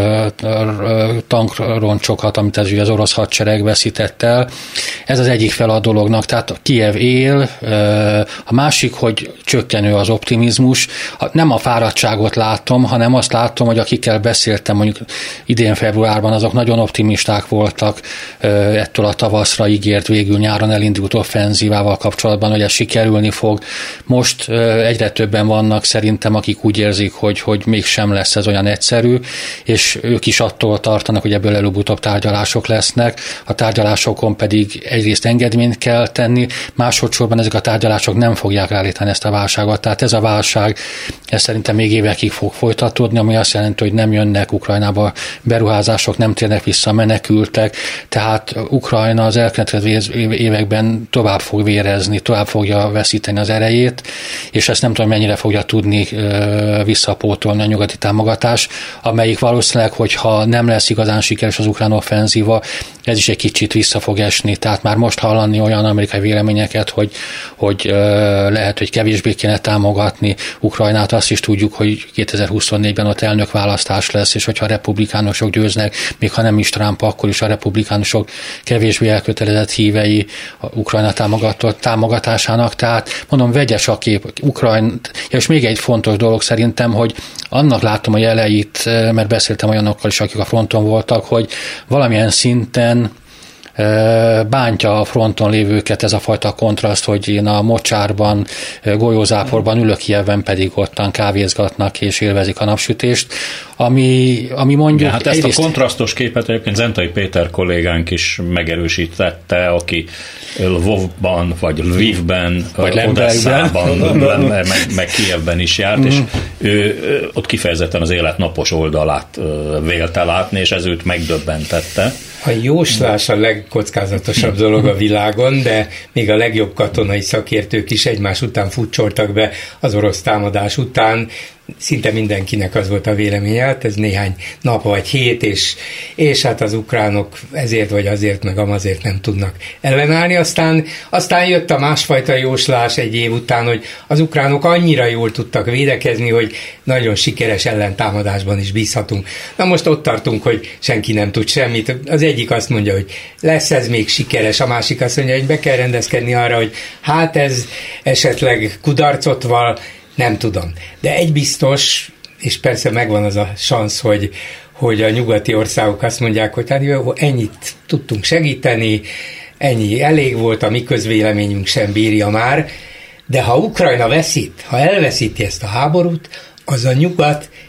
[SPEAKER 3] tankroncsokat, amit az orosz hadsereg veszített el. Ez az egyik fel a dolognak, tehát Kijev él, a másik, hogy csökkenő az optimizmus. Nem a fáradtságot látom, hanem azt látom, hogy akikkel beszéltem mondjuk idén februárban, azok nagyon optimisták voltak ettől a tavaszra ígért végül nyáron elindult offenzívával kapcsolatban, hogy ez sikerülni fog. Most egyre többen vannak szerintem, akik úgy érzik, hogy mégsem lesz ez olyan egyszerű, és ők is attól tartanak, hogy ebből előbb-utóbb tárgyalások lesznek. A tárgyalásokon pedig egyrészt engedményt kell tenni, másodszorban ezek a tárgyalások nem fogják állítani ezt a válságot. Tehát ez a válság, ez szerintem még évekig fog folytatódni, ami azt jelenti, hogy nem jönnek Ukrajnába beruházások, nem térnek vissza menekültek, tehát Ukrajna az elkövetkező években tovább fog vérezni, tovább fogja veszíteni az erejét, és ezt nem tudom, mennyire fogja tudni visszapótolni a nyugati támogatás, amelyik valószínűleg, hogyha nem lesz igazán sikeres az ukrán offenzíva, ez is egy kicsit vissza fog esni. Tehát már most hallani olyan amerikai véleményeket, hogy lehet, hogy kevésbé kéne támogatni Ukrajnát, azt is tudjuk, hogy 2024-ben ott elnökválasztás lesz, és hogyha a republikánusok győznek, még ha nem is Trump, akkor is a republikánusok kevésbé elkötelezett hívei Ukrajna támogatásának, tehát mondom, vegyes a kép. És még egy fontos dolog szerintem, hogy annak látom a jeleit, mert beszéltem olyanokkal is, akik a fronton voltak, hogy valamilyen szinten bántja a fronton lévőket ez a fajta kontraszt, hogy én a mocsárban, golyózáporban ülök, Kijevben pedig ottan kávézgatnak és élvezik a napsütést, ami mondjuk...
[SPEAKER 2] Hát ezt a kontrasztos képet egyébként Zentai Péter kollégánk is megerősítette, aki Lvovban, vagy Lvivben, vagy Odesszában, meg Kijevben is járt, és ő ott kifejezetten az élet napos oldalát vélte látni, és ez őt megdöbbentette.
[SPEAKER 5] A jóslás a legkockázatosabb dolog a világon, de még a legjobb katonai szakértők is egymás után futcsoltak be az orosz támadás után. Szinte mindenkinek az volt a véleménye, hát ez néhány nap vagy hét, és hát az ukránok ezért vagy azért, meg amazért nem tudnak ellenállni. Aztán jött a másfajta jóslás egy év után, hogy az ukránok annyira jól tudtak védekezni, hogy nagyon sikeres ellentámadásban is bízhatunk. Na most ott tartunk, hogy senki nem tud semmit. Az egyik azt mondja, hogy lesz ez még sikeres, a másik azt mondja, hogy be kell rendezkedni arra, hogy hát ez esetleg kudarcot val, nem tudom. De egy biztos, és persze megvan az a szansz, hogy a nyugati országok azt mondják, hogy hát jó, ennyit tudtunk segíteni, ennyi elég volt, a mi közvéleményünk sem bírja már, de ha Ukrajna veszít, ha elveszíti ezt a háborút, az a nyugat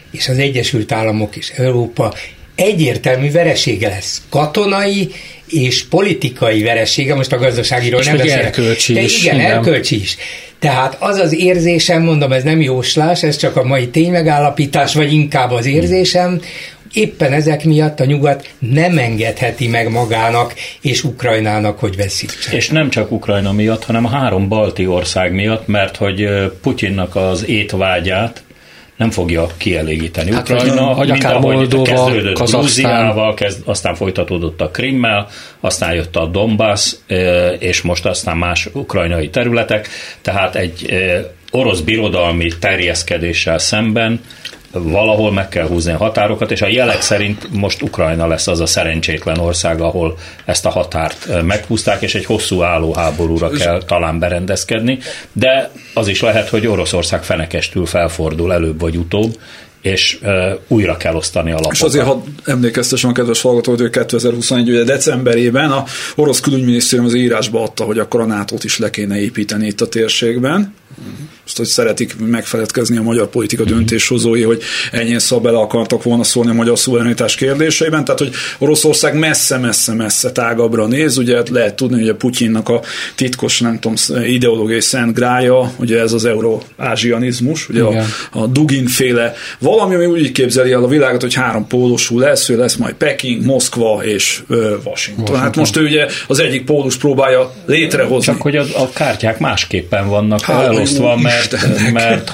[SPEAKER 5] és az Egyesült Államok és Európa egyértelmű veresége lesz. Katonai és politikai veresége, most a gazdaságiról nem beszélek.
[SPEAKER 3] Erkölcsi is.
[SPEAKER 5] Igen, erkölcsi is. Tehát az az érzésem, mondom, ez nem jóslás, ez csak a mai ténymegállapítás, vagy inkább az érzésem, éppen ezek miatt a nyugat nem engedheti meg magának és Ukrajnának, hogy veszítsen.
[SPEAKER 2] És nem csak Ukrajna miatt, hanem a 3 balti ország miatt, mert hogy Putyinnak az étvágyát nem fogja kielégíteni.
[SPEAKER 3] Hát,
[SPEAKER 2] Ukrajna,
[SPEAKER 3] vagy
[SPEAKER 2] mint
[SPEAKER 3] akár
[SPEAKER 2] ahogy
[SPEAKER 3] Moldova,
[SPEAKER 2] kezdődött
[SPEAKER 3] Kazahsztán.
[SPEAKER 2] Grúziával, aztán folytatódott a Krimmel, aztán jött a Donbass, és most aztán más ukrajnai területek, tehát egy orosz birodalmi terjeszkedéssel szemben valahol meg kell húzni a határokat, és a jelek szerint most Ukrajna lesz az a szerencsétlen ország, ahol ezt a határt meghúzták, és egy hosszú álló háborúra kell talán berendezkedni, de az is lehet, hogy Oroszország fenekestül felfordul előbb vagy utóbb, és újra kell osztani a lapokat.
[SPEAKER 4] És azért, ha emlékeztessem a kedves hallgatót, hogy 2021 ugye decemberében a orosz külügyminisztérium az írásba adta, hogy akkor a NATO-t is le kéne építeni itt a térségben. Azt, hogy szeretik megfeledkezni a magyar politika döntéshozói, hogy ennyien bele akartak volna szólni a magyar szuverenitás kérdéseiben, tehát hogy Oroszország messze-messze tágabbra néz, ugye lehet tudni, hogy a Putyinnak a titkos, nem tudom, ideológiai szent grája, ugye ez az eurázsianizmus, ugye a Dugin-féle valami, ami úgy képzeli el a világot, hogy 3 pólusú lesz majd Peking, Moszkva és Washington. Hát most ő ugye az egyik pólus próbálja létrehozni.
[SPEAKER 2] Csak hogy a kártyák másképpen vannak elosztva, mert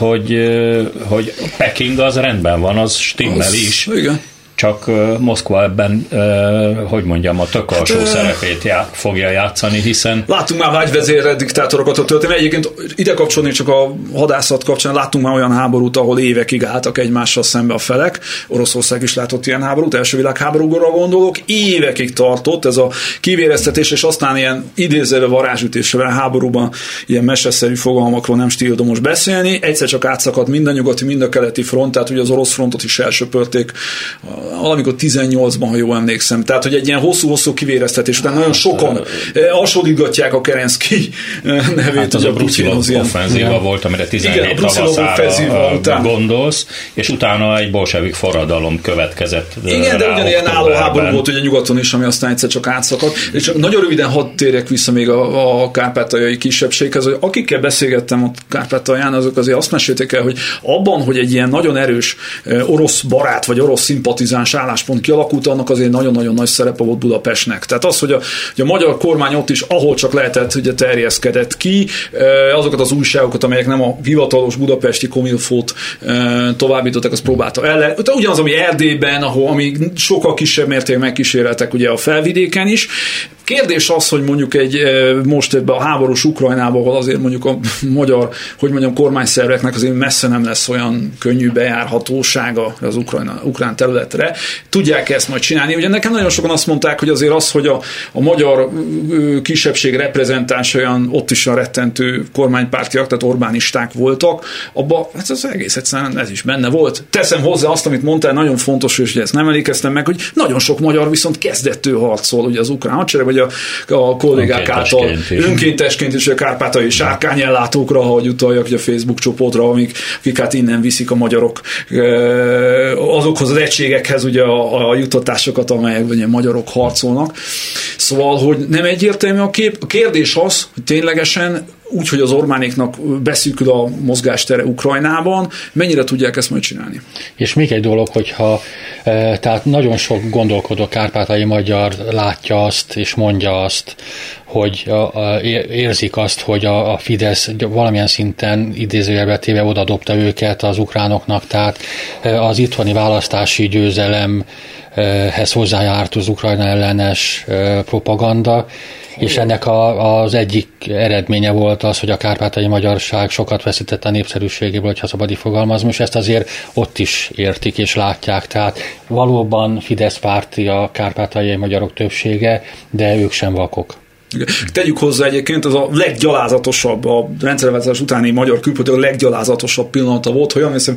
[SPEAKER 2] hogy Peking az rendben van, az stimmel is.
[SPEAKER 4] Igen.
[SPEAKER 2] Csak Moszkva ebben, hogy mondjam, a tök alsó szerepét fogja játszani, hiszen...
[SPEAKER 4] Láttunk már vágyvezérelt diktátorokat a történelmi. Egyébként ide kapcsolni csak a hadászat kapcsán, láttunk már olyan háborút, ahol évekig álltak egymással szembe a felek. Oroszország is látott ilyen háborút, első világháborúra gondolok. Évekig tartott ez a kivéreztetés, és aztán ilyen idézőve varázsütésre háborúban ilyen meseszerű fogalmakról nem stíldomos beszélni. Egyszer csak átszakadt mind a nyugati, mind a keleti front, tehát ugye az orosz frontot is elsöpörték valamikor 18-ban, ha jól emlékszem. Tehát, hogy egy ilyen hosszú-hosszú kivéreztetés után nagyon sokan hasonlítgatják a Kerenszky nevét.
[SPEAKER 2] Hát az a Bruszilov offenzíva volt, amire 17 tavaszára gondolsz, és utána egy bolsevik forradalom következett.
[SPEAKER 4] Igen, de ugyanilyen álló háború volt ugye nyugaton is, ami aztán egyszer csak átszakadt. És csak nagyon röviden hadd térjek vissza még a kárpátaljai kisebbséghez, hogy akikkel beszélgettem a Kárpátalján, azok azért azt mesélték el, hogy abban, hogy egy ilyen nagyon erős orosz barát vagy orosz szimpatizáns álláspont kialakult, annak azért nagyon-nagyon nagy szerepe volt Budapestnek. Tehát az, hogy a magyar kormány ott is, ahol csak lehetett, ugye terjeszkedett ki, azokat az újságokat, amelyek nem a hivatalos budapesti komilfót továbbítottak, azt próbálta ellen. Ugyanaz, ami Erdélyben, ami sokkal kisebb mértékben megkíséreltek ugye a felvidéken is. Kérdés az, hogy mondjuk most ebben a háborús Ukrajnában, ahol azért mondjuk a magyar, hogy mondjam, kormányszerveknek azért messze nem lesz olyan könnyű bejárhatósága az ukrán területre. Tudják ezt majd csinálni? Ugye nekem nagyon sokan azt mondták, hogy azért az, hogy a magyar kisebbség reprezentáns olyan ott is a rettentő kormánypártiak, tehát Orbánisták voltak, abban hát az egész egyszerűen ez is benne volt. Teszem hozzá azt, amit mondtál, nagyon fontos, és ezt nem emlékeztem meg, hogy nagyon sok magyar viszont kezdettől harcol, ugye az ukrán hadsereg, vagy a kollégák által önkéntesként is a kárpátaljai sárkányellátókra, ahogy utaljak a Facebook csoportra, akik hát innen viszik a magyarok azokhoz az egységekhez ugye a juttatásokat, amelyek ugye magyarok harcolnak. Szóval, hogy nem egyértelmű a kép. A kérdés az, hogy ténylegesen úgy, hogy az Orbánéknak beszűkül a mozgástere Ukrajnában, mennyire tudják ezt majd csinálni?
[SPEAKER 3] És még egy dolog, hogyha tehát nagyon sok gondolkodó kárpátaljai magyar látja azt, és mondja azt, hogy érzik azt, hogy a Fidesz valamilyen szinten idézőjelbe téve odadobta őket az ukránoknak, tehát az itthoni választási győzelemhez hozzájárt az Ukrajna ellenes propaganda, és ennek az egyik eredménye volt az, hogy a kárpátaljai magyarság sokat veszített a népszerűségéből, hogyha szabad így fogalmazni, és ezt azért ott is értik és látják. Tehát valóban Fidesz párti a kárpátaljai magyarok többsége, de ők sem vakok.
[SPEAKER 4] Tegyük hozzá egyébként, az a leggyalázatosabb, a rendszerváltozás utáni magyar külpolitika leggyalázatosabb pillanata volt, hogy emlékszem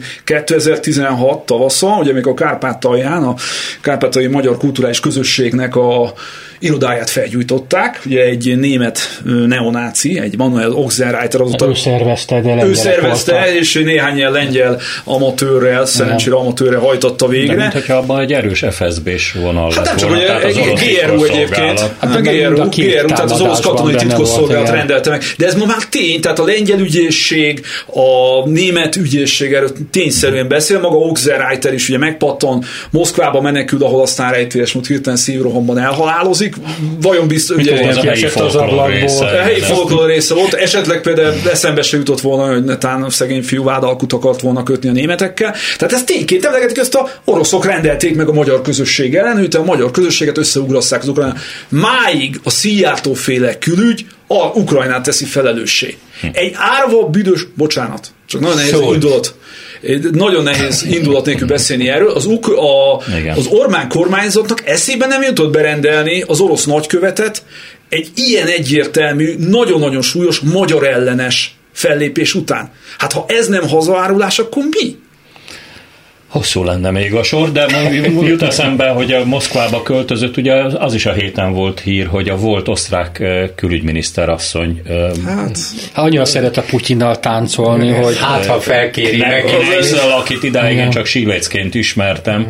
[SPEAKER 4] 2016 tavaszon, ugye még a Kárpátalján, a kárpátaljai magyar kulturális közösségnek a irodáját felgyújtották, ugye egy német neonáci, egy Manuel Oxenreiter
[SPEAKER 3] Ő szervezte,
[SPEAKER 4] és néhány ilyen lengyel amatőrrel, szerencsére amatőrre hajtotta végre.
[SPEAKER 2] De mint hogyha abban egy erős FSB-s vonal
[SPEAKER 4] lett volna. Hát nem csak, hogy GRU egyébként, GRU, tehát az orosz katonai titkosszolgálat rendelte meg. De ez ma már tény, tehát a lengyel ügyészség, a német ügyészség erről tényszerűen beszél, maga Oxenreiter is ugye megpattan, Moszkvába menekül, ahol aztán rejtélyes mód hirtelen szívrohamban elhalálozik. Vajon biztos, ugye
[SPEAKER 2] ez a helyi
[SPEAKER 4] folklór része volt, esetleg például eszembe se jutott volna, hogy netán a szegény fiú vádalkut akart volna kötni a németekkel. Tehát ez tényként emlegetik, ezt a oroszok rendelték meg a magyar közösség ellen, hogy a magyar közösséget összeugrasszák az Ukrajnán. Máig a Szijjártó-féle külügy a Ukrajnát teszi felelőssé. Egy árva, büdös, bocsánat, csak nagyon nehéz indulat. Nagyon nehéz indulat nélkül beszélni erről. Az Orbán kormányzatnak eszébe nem jutott berendelni az orosz nagykövetet egy ilyen egyértelmű, nagyon-nagyon súlyos magyar ellenes fellépés után. Hát ha ez nem hazaárulás, akkor mi?
[SPEAKER 2] Hosszú lenne még a sor, de jut eszembe, hogy a Moszkvába költözött, ugye az is a héten volt hír, hogy a volt osztrák külügyminiszter asszony.
[SPEAKER 3] Hát annyira szeret a Putyinnal táncolni, hogy
[SPEAKER 5] ha felkéri meg.
[SPEAKER 2] Ezzel, akit idáig csak sílécként ismertem,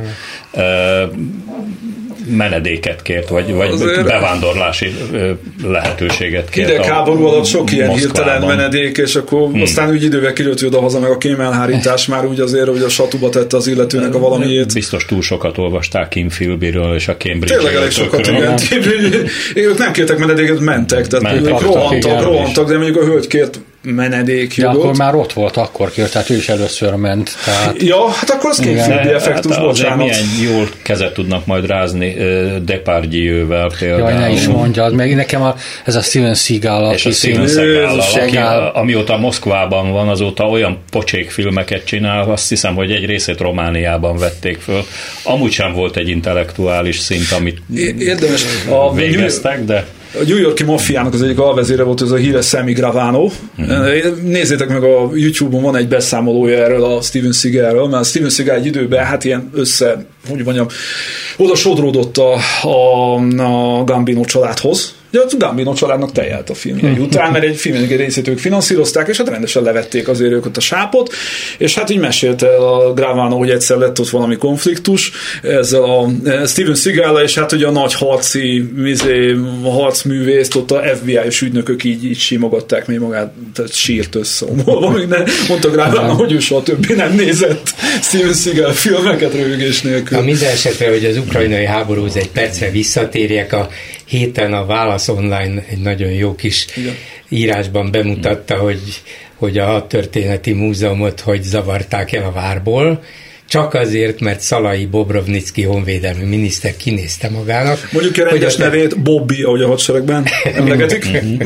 [SPEAKER 2] menedéket kért, vagy bevándorlási lehetőséget kért.
[SPEAKER 4] Hidegháború alatt sok ilyen hirtelen menedék, és akkor aztán úgy idővel kirőtt oda-haza, meg a kémelhárítás már úgy azért, hogy a satuba tette az illetőnek a valamiét.
[SPEAKER 2] Biztos túl sokat olvasták Kim Philbyről és a Cambridge.
[SPEAKER 4] Tényleg elég sokat, igen. Ők nem kértek menedéket, mentek, tehát rohantak, de mondjuk a hölgy kért menedékjogot.
[SPEAKER 3] De akkor már ott volt, akkor kért, tehát ő is először ment. Tehát...
[SPEAKER 4] Ja, hát akkor az Kim-Philby effektus,
[SPEAKER 2] hát
[SPEAKER 4] bocsánat.
[SPEAKER 2] Milyen jól kezet tudnak majd rázni Depardieu-vel például.
[SPEAKER 3] Jaj, ne is mondjad, meg nekem ez a Steven Seagal,
[SPEAKER 2] és a Steven Seagal, amióta Moszkvában van, azóta olyan pocsék filmeket csinál, azt hiszem, hogy egy részét Romániában vették föl. Amúgy sem volt egy intellektuális szint, amit
[SPEAKER 4] érdemes
[SPEAKER 2] végeztek, de...
[SPEAKER 4] A New York-i maffiának az egyik alvezére volt ez a híres Sammy Gravano. Nézzétek meg, a YouTube-on van egy beszámolója erről a Steven Seagalről, mert a Steven Seagal egy időben hát ilyen oda sodródott a Gambino családhoz. Ugye a Gambino családnak tejelt a filmjei után, mert egy filmjének egy részét ők finanszírozták, és hát rendesen levették azért őket a sápot, és hát így mesélte a Gravano, hogy egyszer lett ott valami konfliktus ezzel a Steven Seagal-la, és hát ugye a nagy harcművészt ott a FBI-s ügynökök így simogatták még magát, tehát sírt össze. Mondta Gravano, hogy ő soha többé nem nézett Steven Seagal filmeket röhögés nélkül.
[SPEAKER 5] Minden esetre, hogy az ukrajnai háborúhoz egy percre visszatérjek, a héten a Válasz Online egy nagyon jó kis írásban bemutatta, hogy a Hadtörténeti Múzeumot hogy zavarták el a várból, csak azért, mert Szalai Bobrovnicki honvédelmi miniszter kinézte magának.
[SPEAKER 4] Mondjuk a rendes nevét Bobby, ahogy a hadseregben emlegetik.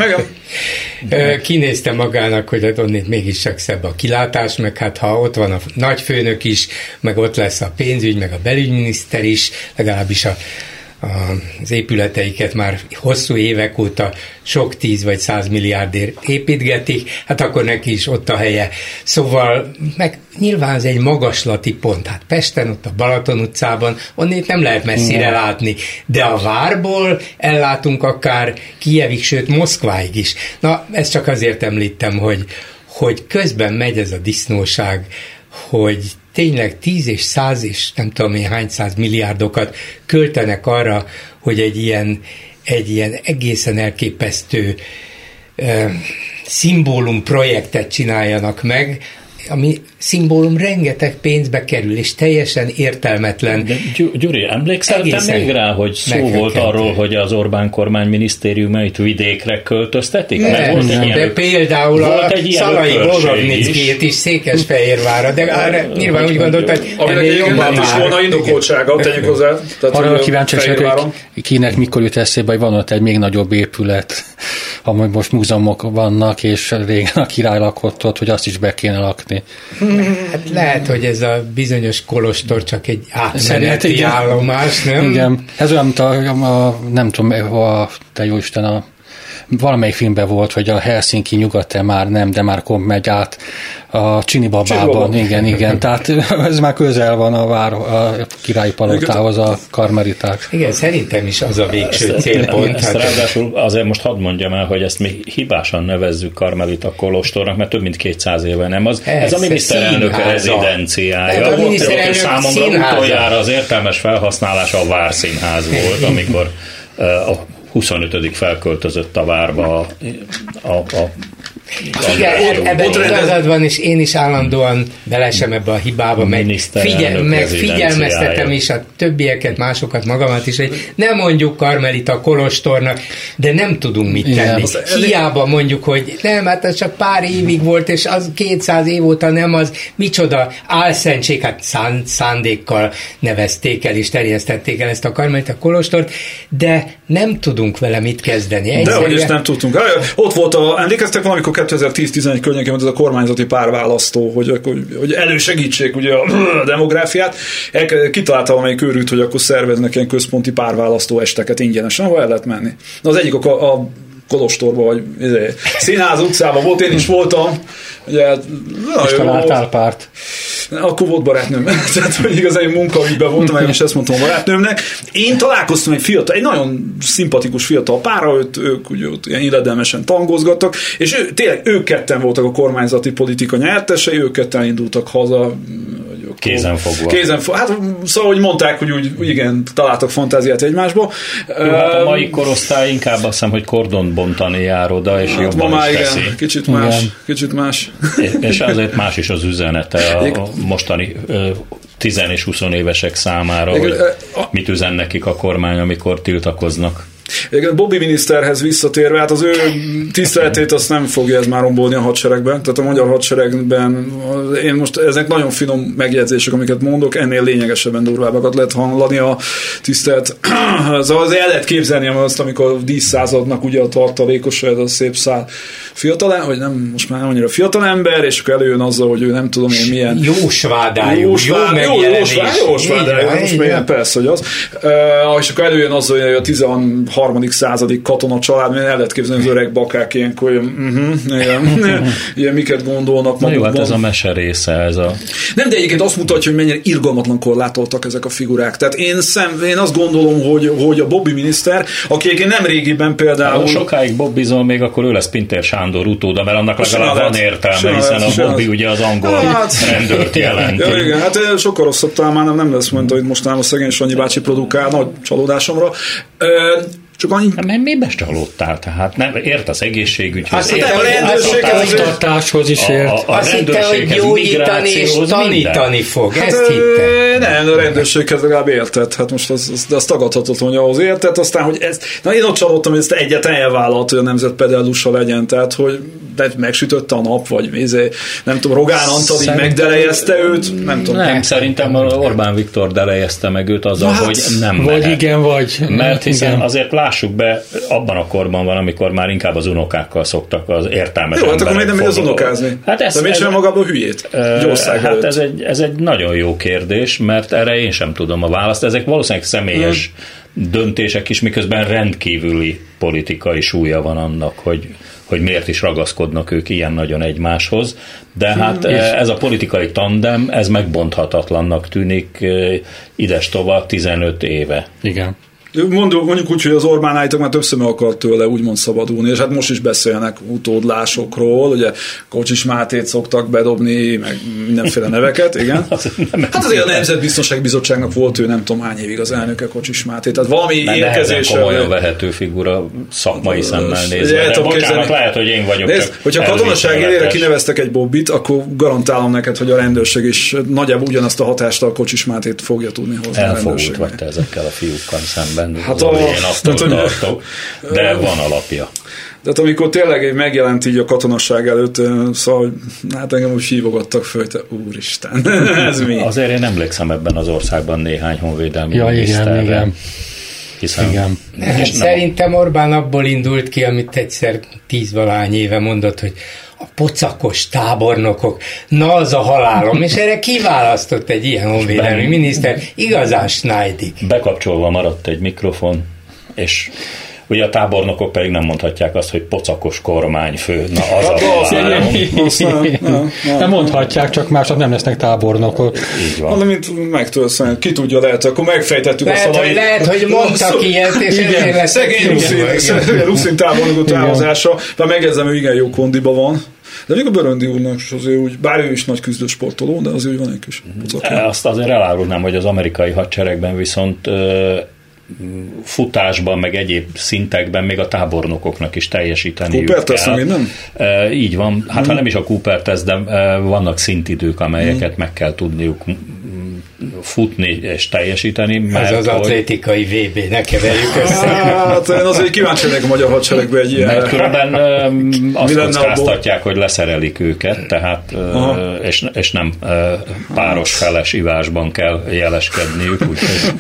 [SPEAKER 5] Kinézte magának, hogy hát onnét mégiscsak szebb a kilátás, meg hát ha ott van a nagyfőnök is, meg ott lesz a pénzügy, meg a belügyminiszter is, legalábbis az épületeiket már hosszú évek óta sok 10 vagy 100 milliárdért építgetik, hát akkor neki is ott a helye. Szóval meg nyilván ez egy magaslati pont. Hát Pesten, ott a Balaton utcában, onnét nem lehet messzire látni, de a várból ellátunk akár Kijevig, sőt Moszkváig is. Na, ezt csak azért említem, hogy közben megy ez a disznóság, hogy tényleg 10 és 100 és nem tudom én hány 100 milliárdokat költenek arra, hogy egy ilyen egészen elképesztő szimbólum projektet csináljanak meg, ami szimbólum rengeteg pénzbe kerül, és teljesen értelmetlen.
[SPEAKER 2] De Gyuri, emlékszel te még rá, hogy szó volt arról, hogy az Orbán kormány minisztériumait vidékre költöztetik?
[SPEAKER 5] De például a Szalai Bobrovnickijét is Székesfehérvárra, de nyilván úgy gondolta, hogy ennél jobban
[SPEAKER 4] is volna indokoltsága, tegyük hozzá.
[SPEAKER 3] Arra kíváncsi, hogy kinek mikor jut eszébe, hogy van ott egy még nagyobb épület, amely most múzeumok vannak, és régen a király lakott ott, hogy azt is be kéne lakni.
[SPEAKER 5] Hát lehet, hogy ez a bizonyos kolostor csak egy átmeneti állomás, nem?
[SPEAKER 3] Igen. Ez olyan, mint nem tudom, te jóisten, a valamelyik filmben volt, hogy a Helsinki nyugate már nem, de már megy át a Csinibabában. Igen. Tehát ez már közel van a királyi palotához, a karmeliták.
[SPEAKER 5] Igen, szerintem is az a végső célpont.
[SPEAKER 2] Ezt ráadásul azért most hadd mondjam el, hogy ezt mi hibásan nevezzük karmelita kolostornak, mert több mint 200 éve nem az. Ez a miniszterelnök rezidenciája. A számomra utoljára az értelmes felhasználása a Várszínház volt, amikor a 25. felköltözött a várba
[SPEAKER 5] ebben igazad van, és én is állandóan belesem ebbe a hibába, meg figyelmeztetem is a többieket, másokat, magamat is, hogy nem mondjuk karmelita kolostornak, de nem tudunk mit tenni. Hiába mondjuk, hogy nem, hát ez csak pár évig volt, és az 200 év óta nem az, micsoda álszentség, hát szándékkal nevezték el és terjesztették el ezt a karmelita kolostort, de nem tudunk vele mit kezdeni.
[SPEAKER 4] De hogy is nem tudtunk. Ott volt emlékeztek valamikor 2010-11 környékén volt ez a kormányzati párválasztó, hogy elősegítsék ugye a demográfiát. Kitalálta valamelyik őrült, hogy akkor szerveznek ilyen központi párválasztó esteket ingyenesen, ahol el lehet menni. Na az egyik a Kolostorban, vagy Színház utcában volt, én is voltam. Ugye,
[SPEAKER 3] és találtál párt.
[SPEAKER 4] Akkor volt barátnőm. Tehát, hogy igazán egy munkaügyben voltam, meg is ezt mondtam a barátnőmnek. Én találkoztam egy nagyon szimpatikus fiatal párra, ők ugye ott ilyen illedelmesen tangozgattak, és tényleg ők ketten voltak a kormányzati politika nyertesei, ők ketten indultak haza.
[SPEAKER 2] Kézenfogva.
[SPEAKER 4] Hát szóval, hogy mondták, hogy úgy igen, találtak fantáziát egymásba.
[SPEAKER 2] Jó, hát a mai korosztály inkább azt hiszem, hogy kordont bontani jár oda, és hát jobban is teszi.
[SPEAKER 4] Igen, kicsit más.
[SPEAKER 2] És azért más is az üzenete a mostani 10 és 20 évesek számára, hogy mit üzen nekik a kormány, amikor tiltakoznak.
[SPEAKER 4] Bobby miniszterhez visszatérve, hát az ő tiszteletét azt nem fogja ez már rombolni a hadseregben, tehát a magyar hadseregben én most ezek nagyon finom megjegyzések, amiket mondok, ennél lényegesebben durvábbakat lehet hallani a tisztelt. Szóval azért el lehet képzelni azt, amikor díszszázadnak ugye a tartalékos, ez a szép szál fiatal, vagy nem, most már nem annyira fiatal ember, és akkor előjön azzal, hogy ő nem tudom én milyen...
[SPEAKER 5] Jósvádájú, jó megjelenés.
[SPEAKER 4] Most milyen, persze, hogy az. És akkor előjön azzal, hogy a 13. századi katona család, el lehet képzelni az öreg bakák ilyenkor, ilyen miket gondolnak magukban.
[SPEAKER 2] Jó, hát ez a mese része, ez a...
[SPEAKER 4] Nem, de egyébként azt mutatja, hogy mennyire irgalmatlan korlátoltak ezek a figurák. Tehát én azt gondolom, hogy a Bobby miniszter, aki egyébként nem régiben például...
[SPEAKER 2] Ha sokáig bobbizol, még akkor ő lesz Pintér Sándor utóda, mert annak legalább van értelme, hiszen a Bobby ugye az angol rendőrt jelenti.
[SPEAKER 4] Ja, igen, hát sokkal rosszabb talán nem lesz, mondta, hogy most a szegény Sanyi bácsi produkál, nagy csalódásomra. Csak annyi...
[SPEAKER 2] Mert miben csalódtál? Tehát nem, ért az egészségügyhöz,
[SPEAKER 5] a rendőrséghez is ért. Azt hitte, hogy gyógyítani és tanítani fog. Ezt hitte.
[SPEAKER 4] Nem, a rendőrséghez legalább értett. Hát most az tagadhatatlan, hogy ahhoz értett. Aztán, hogy ezt... Na én ott csalódtam, hogy ezt egyetlen elvállalt, hogy a nemzet pedellusa legyen. Tehát, hogy megsütötte a nap, vagy nem tudom, Rogán Antal így megdelejezte őt. Nem tudom.
[SPEAKER 2] Nem, szerintem Orbán Viktor delejezte meg őt azzal, hogy nem mehet.
[SPEAKER 3] Vagy igen, vagy.
[SPEAKER 2] Mert hiszen azért lássuk be, abban a korban van, amikor már inkább az unokákkal szoktak az értelmes
[SPEAKER 4] emberek. Jó, hát akkor még nem megy az unokázni. De mit sem magából hülyét?
[SPEAKER 2] Hát ez egy nagyon jó kérdés, mert erre én sem tudom a választ. Ezek valószínűleg személyes döntések is, miközben rendkívüli politikai súlya van annak, hogy miért is ragaszkodnak ők ilyen nagyon egymáshoz. De hát ez a politikai tandem, ez megbonthatatlannak tűnik idestova 15 éve.
[SPEAKER 3] Igen.
[SPEAKER 4] Mondjuk úgy, hogy az Orbán állítólag már többször meg akart tőle úgymond szabadulni, és hát most is beszélnek utódlásokról, ugye Kocsis Mátét szoktak bedobni, meg mindenféle neveket, igen. Hát azért a Nemzetbiztonsági Bizottságnak volt ő nem tudom hány évig az elnöke, Kocsis Máté, tehát valami érkezése...
[SPEAKER 2] komolyan vehető figura szakmai szemmel nézve, de bocsánat, lehet, hogy én vagyok.
[SPEAKER 4] Nézd, hogyha a katonaság élére kineveztek egy Bobbit, akkor garantálom neked, hogy a rendőrség is nagyjából ugyanazt a hatást a Kocsis Mátét fogja tudni hozni.
[SPEAKER 2] Elfogult vagy te ezekkel a fiúkkal szemben. Hát én attól tartok, de van alapja.
[SPEAKER 4] Tehát amikor tényleg megjelent így a katonasság előtt, szóval hát engem úgy hívogattak föl, hogy úristen, ez mi?
[SPEAKER 2] Azért én emlékszem ebben az országban néhány honvédelmi miniszterre.
[SPEAKER 3] Igen.
[SPEAKER 2] Hiszen
[SPEAKER 5] szerintem Orbán abból indult ki, amit egyszer 10-valány éve mondott, hogy a pocakos tábornokok, na az a halálom, és erre kiválasztott egy ilyen honvédelmi miniszter, igazán Schneidig.
[SPEAKER 2] Bekapcsolva maradt egy mikrofon, és Ugye a tábornokok pedig nem mondhatják azt, hogy pocakos kormányfő. Na, az
[SPEAKER 3] nem mondhatják, csak mások nem lesznek tábornokok.
[SPEAKER 2] Így van.
[SPEAKER 4] De mint megtölszön, ki tudja, lehet, akkor megfejtettük a szalai.
[SPEAKER 5] Lehet, hogy mondtak ilyet, és ezért lesz.
[SPEAKER 4] Szegény Ruszin tábornokok távozása, de megjegyzem, ő igen jó kondiba van. De még a Böröndi úrnak is azért úgy, bár ő is nagy küzdősportoló, de azért van egy kis pocakja.
[SPEAKER 2] Azt azért elárulnám, hogy az amerikai hadseregben viszont futásban, meg egyéb szintekben még a tábornokoknak is teljesíteniük kell.
[SPEAKER 4] Cooper tesz, nem?
[SPEAKER 2] Így van. Hát ha nem is a Cooper tesz, de vannak szintidők, amelyeket meg kell tudniuk futni és teljesíteni.
[SPEAKER 5] Mert az atlétikai VB, ne keverjük össze.
[SPEAKER 4] Hát én azért kíváncsi lennék a magyar hadseregbe egy ilyen.
[SPEAKER 2] Mert különben azt kockáztatják, hogy leszerelik őket, tehát és nem páros feles ivásban kell jeleskedniük, úgyhogy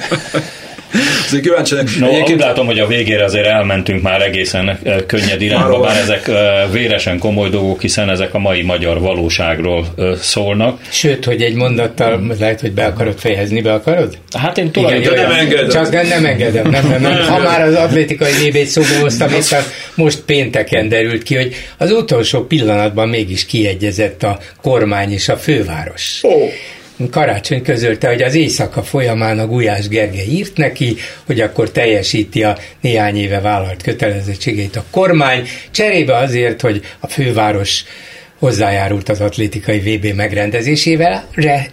[SPEAKER 2] úgy látom, hogy a végére azért elmentünk már egészen könnyed irányba, bár ezek véresen komoly dolgok, hiszen ezek a mai magyar valóságról szólnak.
[SPEAKER 5] Sőt, hogy egy mondattal lehet, hogy be akarod fejezni, be akarod?
[SPEAKER 2] Hát én tulajdonképpen
[SPEAKER 4] nem engedem.
[SPEAKER 5] Csak nem engedem. Nem. Ha már az atlétikai VB-t szóba hoztam, és most pénteken derült ki, hogy az utolsó pillanatban mégis kiegyezett a kormány és a főváros. Karácsony közölte, hogy az éjszaka folyamán a Gulyás Gergely írt neki, hogy akkor teljesíti a néhány éve vállalt kötelezettségeit a kormány, cserébe azért, hogy a főváros hozzájárult az atlétikai VB megrendezésével.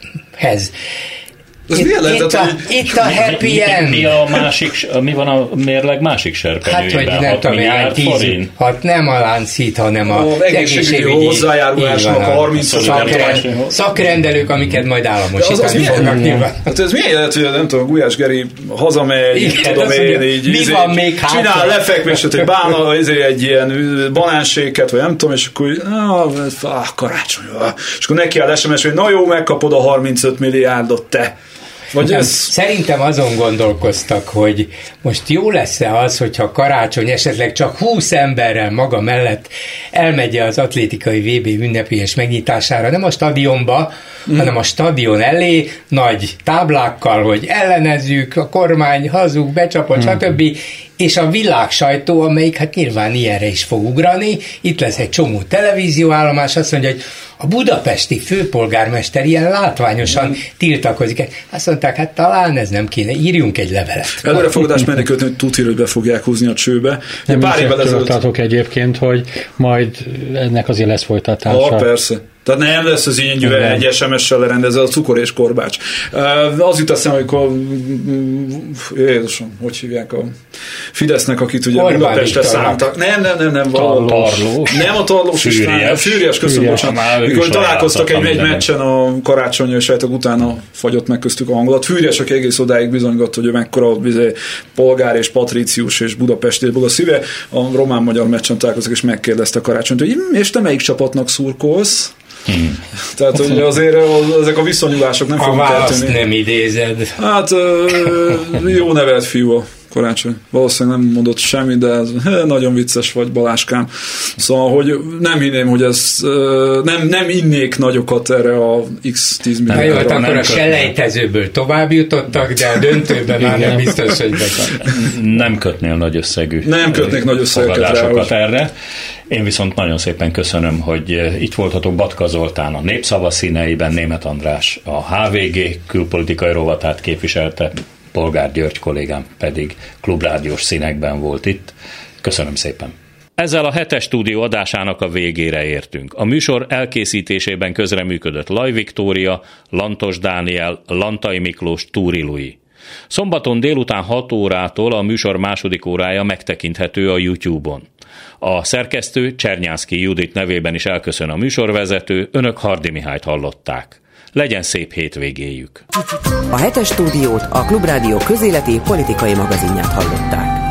[SPEAKER 5] Itt a happy end.
[SPEAKER 2] Mi van a mérleg másik serpenyőjében?
[SPEAKER 5] Hát, hogy nem tudom, hány 10, hát nem a Lánchíd, hanem az egészségügyi
[SPEAKER 4] hozzájárulásnak a 30
[SPEAKER 5] szakrendelők, amiket majd államosítani fognak nyilván.
[SPEAKER 4] Hát ez milyen jelent, hogy nem tudom, Gulyás Geri hazamegy, tudom én, így csinál lefekvést, hogy bánal egy ilyen banánséket, vagy nem tudom, és akkor karácsony, és akkor neki áll SMS, hogy na jó, megkapod a 35 milliárdot te.
[SPEAKER 5] Szerintem azon gondolkoztak, hogy most jó lesz-e az, hogyha Karácsony esetleg csak 20 emberrel maga mellett elmegy az atlétikai VB ünnepélyes megnyitására, nem a stadionba, hanem a stadion elé, nagy táblákkal, hogy ellenezzük, a kormány hazug, becsapott, stb., és a világsajtó, amelyik hát nyilván ilyenre is fog ugrani, itt lesz egy csomó televízióállomás, azt mondja, hogy a budapesti főpolgármester ilyen látványosan tiltakozik. Azt mondták, hát talán ez nem kéne, írjunk egy levelet.
[SPEAKER 4] Előrefogadás menni kötni, hogy tudja, hogy be fogják húzni a csőbe.
[SPEAKER 3] Nem pár évvel ezelőtt egyébként, hogy majd ennek azért lesz folytatása.
[SPEAKER 4] Persze. Tehát nem lesz az így egy SMS-sel lerendezve a cukor és korbács. Az jut eszem, amikor Jézusom, hogy hívják a Fidesznek, akit ugye Budapestre szálltak. Nem,
[SPEAKER 2] Tarló.
[SPEAKER 4] Nem a Tarlós István. Fűriás, köszönöm, bocsánat. Mikor találkoztak egy meccsen a Karácsony, és utána fagyott meg köztük a hangulat. Fűriás, aki egész odáig bizonyított, hogy mekkora polgár és patricius és budapestiból a szíve. A román-magyar meccsen találkoztak, és megkérdezte a Karácsonyt, hogy és te melyik csapatnak szurkolsz? Tehát, hogy azért ezek a viszonyulások nem fognak eltűnni.
[SPEAKER 5] A választ nem idézed.
[SPEAKER 4] Hát jó nevelt fiú a Karácsony. Valószínűleg nem mondott semmit, de ez nagyon vicces vagy, Baláskám. Szóval, hogy nem hinném, hogy ez nem innék nagyokat erre a x 10 millió.
[SPEAKER 5] Jó, akkor a selejtezőből tovább jutottak, de a döntőben már nem biztos, hogy
[SPEAKER 2] nem kötnél nagy összegű.
[SPEAKER 4] Nem kötnék nagy összegeket
[SPEAKER 2] erre. Én viszont nagyon szépen köszönöm, hogy itt voltatok. Batka Zoltán a Népszava színeiben, Németh András a HVG külpolitikai rovatát képviselte, Polgár György kollégám pedig klubrádiós színekben volt itt. Köszönöm szépen. Ezzel a 7-es stúdió adásának a végére értünk. A műsor elkészítésében közreműködött Laj Viktória, Lantos Dániel, Lantai Miklós, Túri Lui. Szombaton délután 6 órától a műsor második órája megtekinthető a YouTube-on. A szerkesztő Csernyánszky Judit nevében is elköszön a műsorvezető, önök Hardy Mihályt hallották. Legyen szép hétvégéjük!
[SPEAKER 1] A 7-es stúdiót a Klubrádió közéleti politikai magazinját hallották.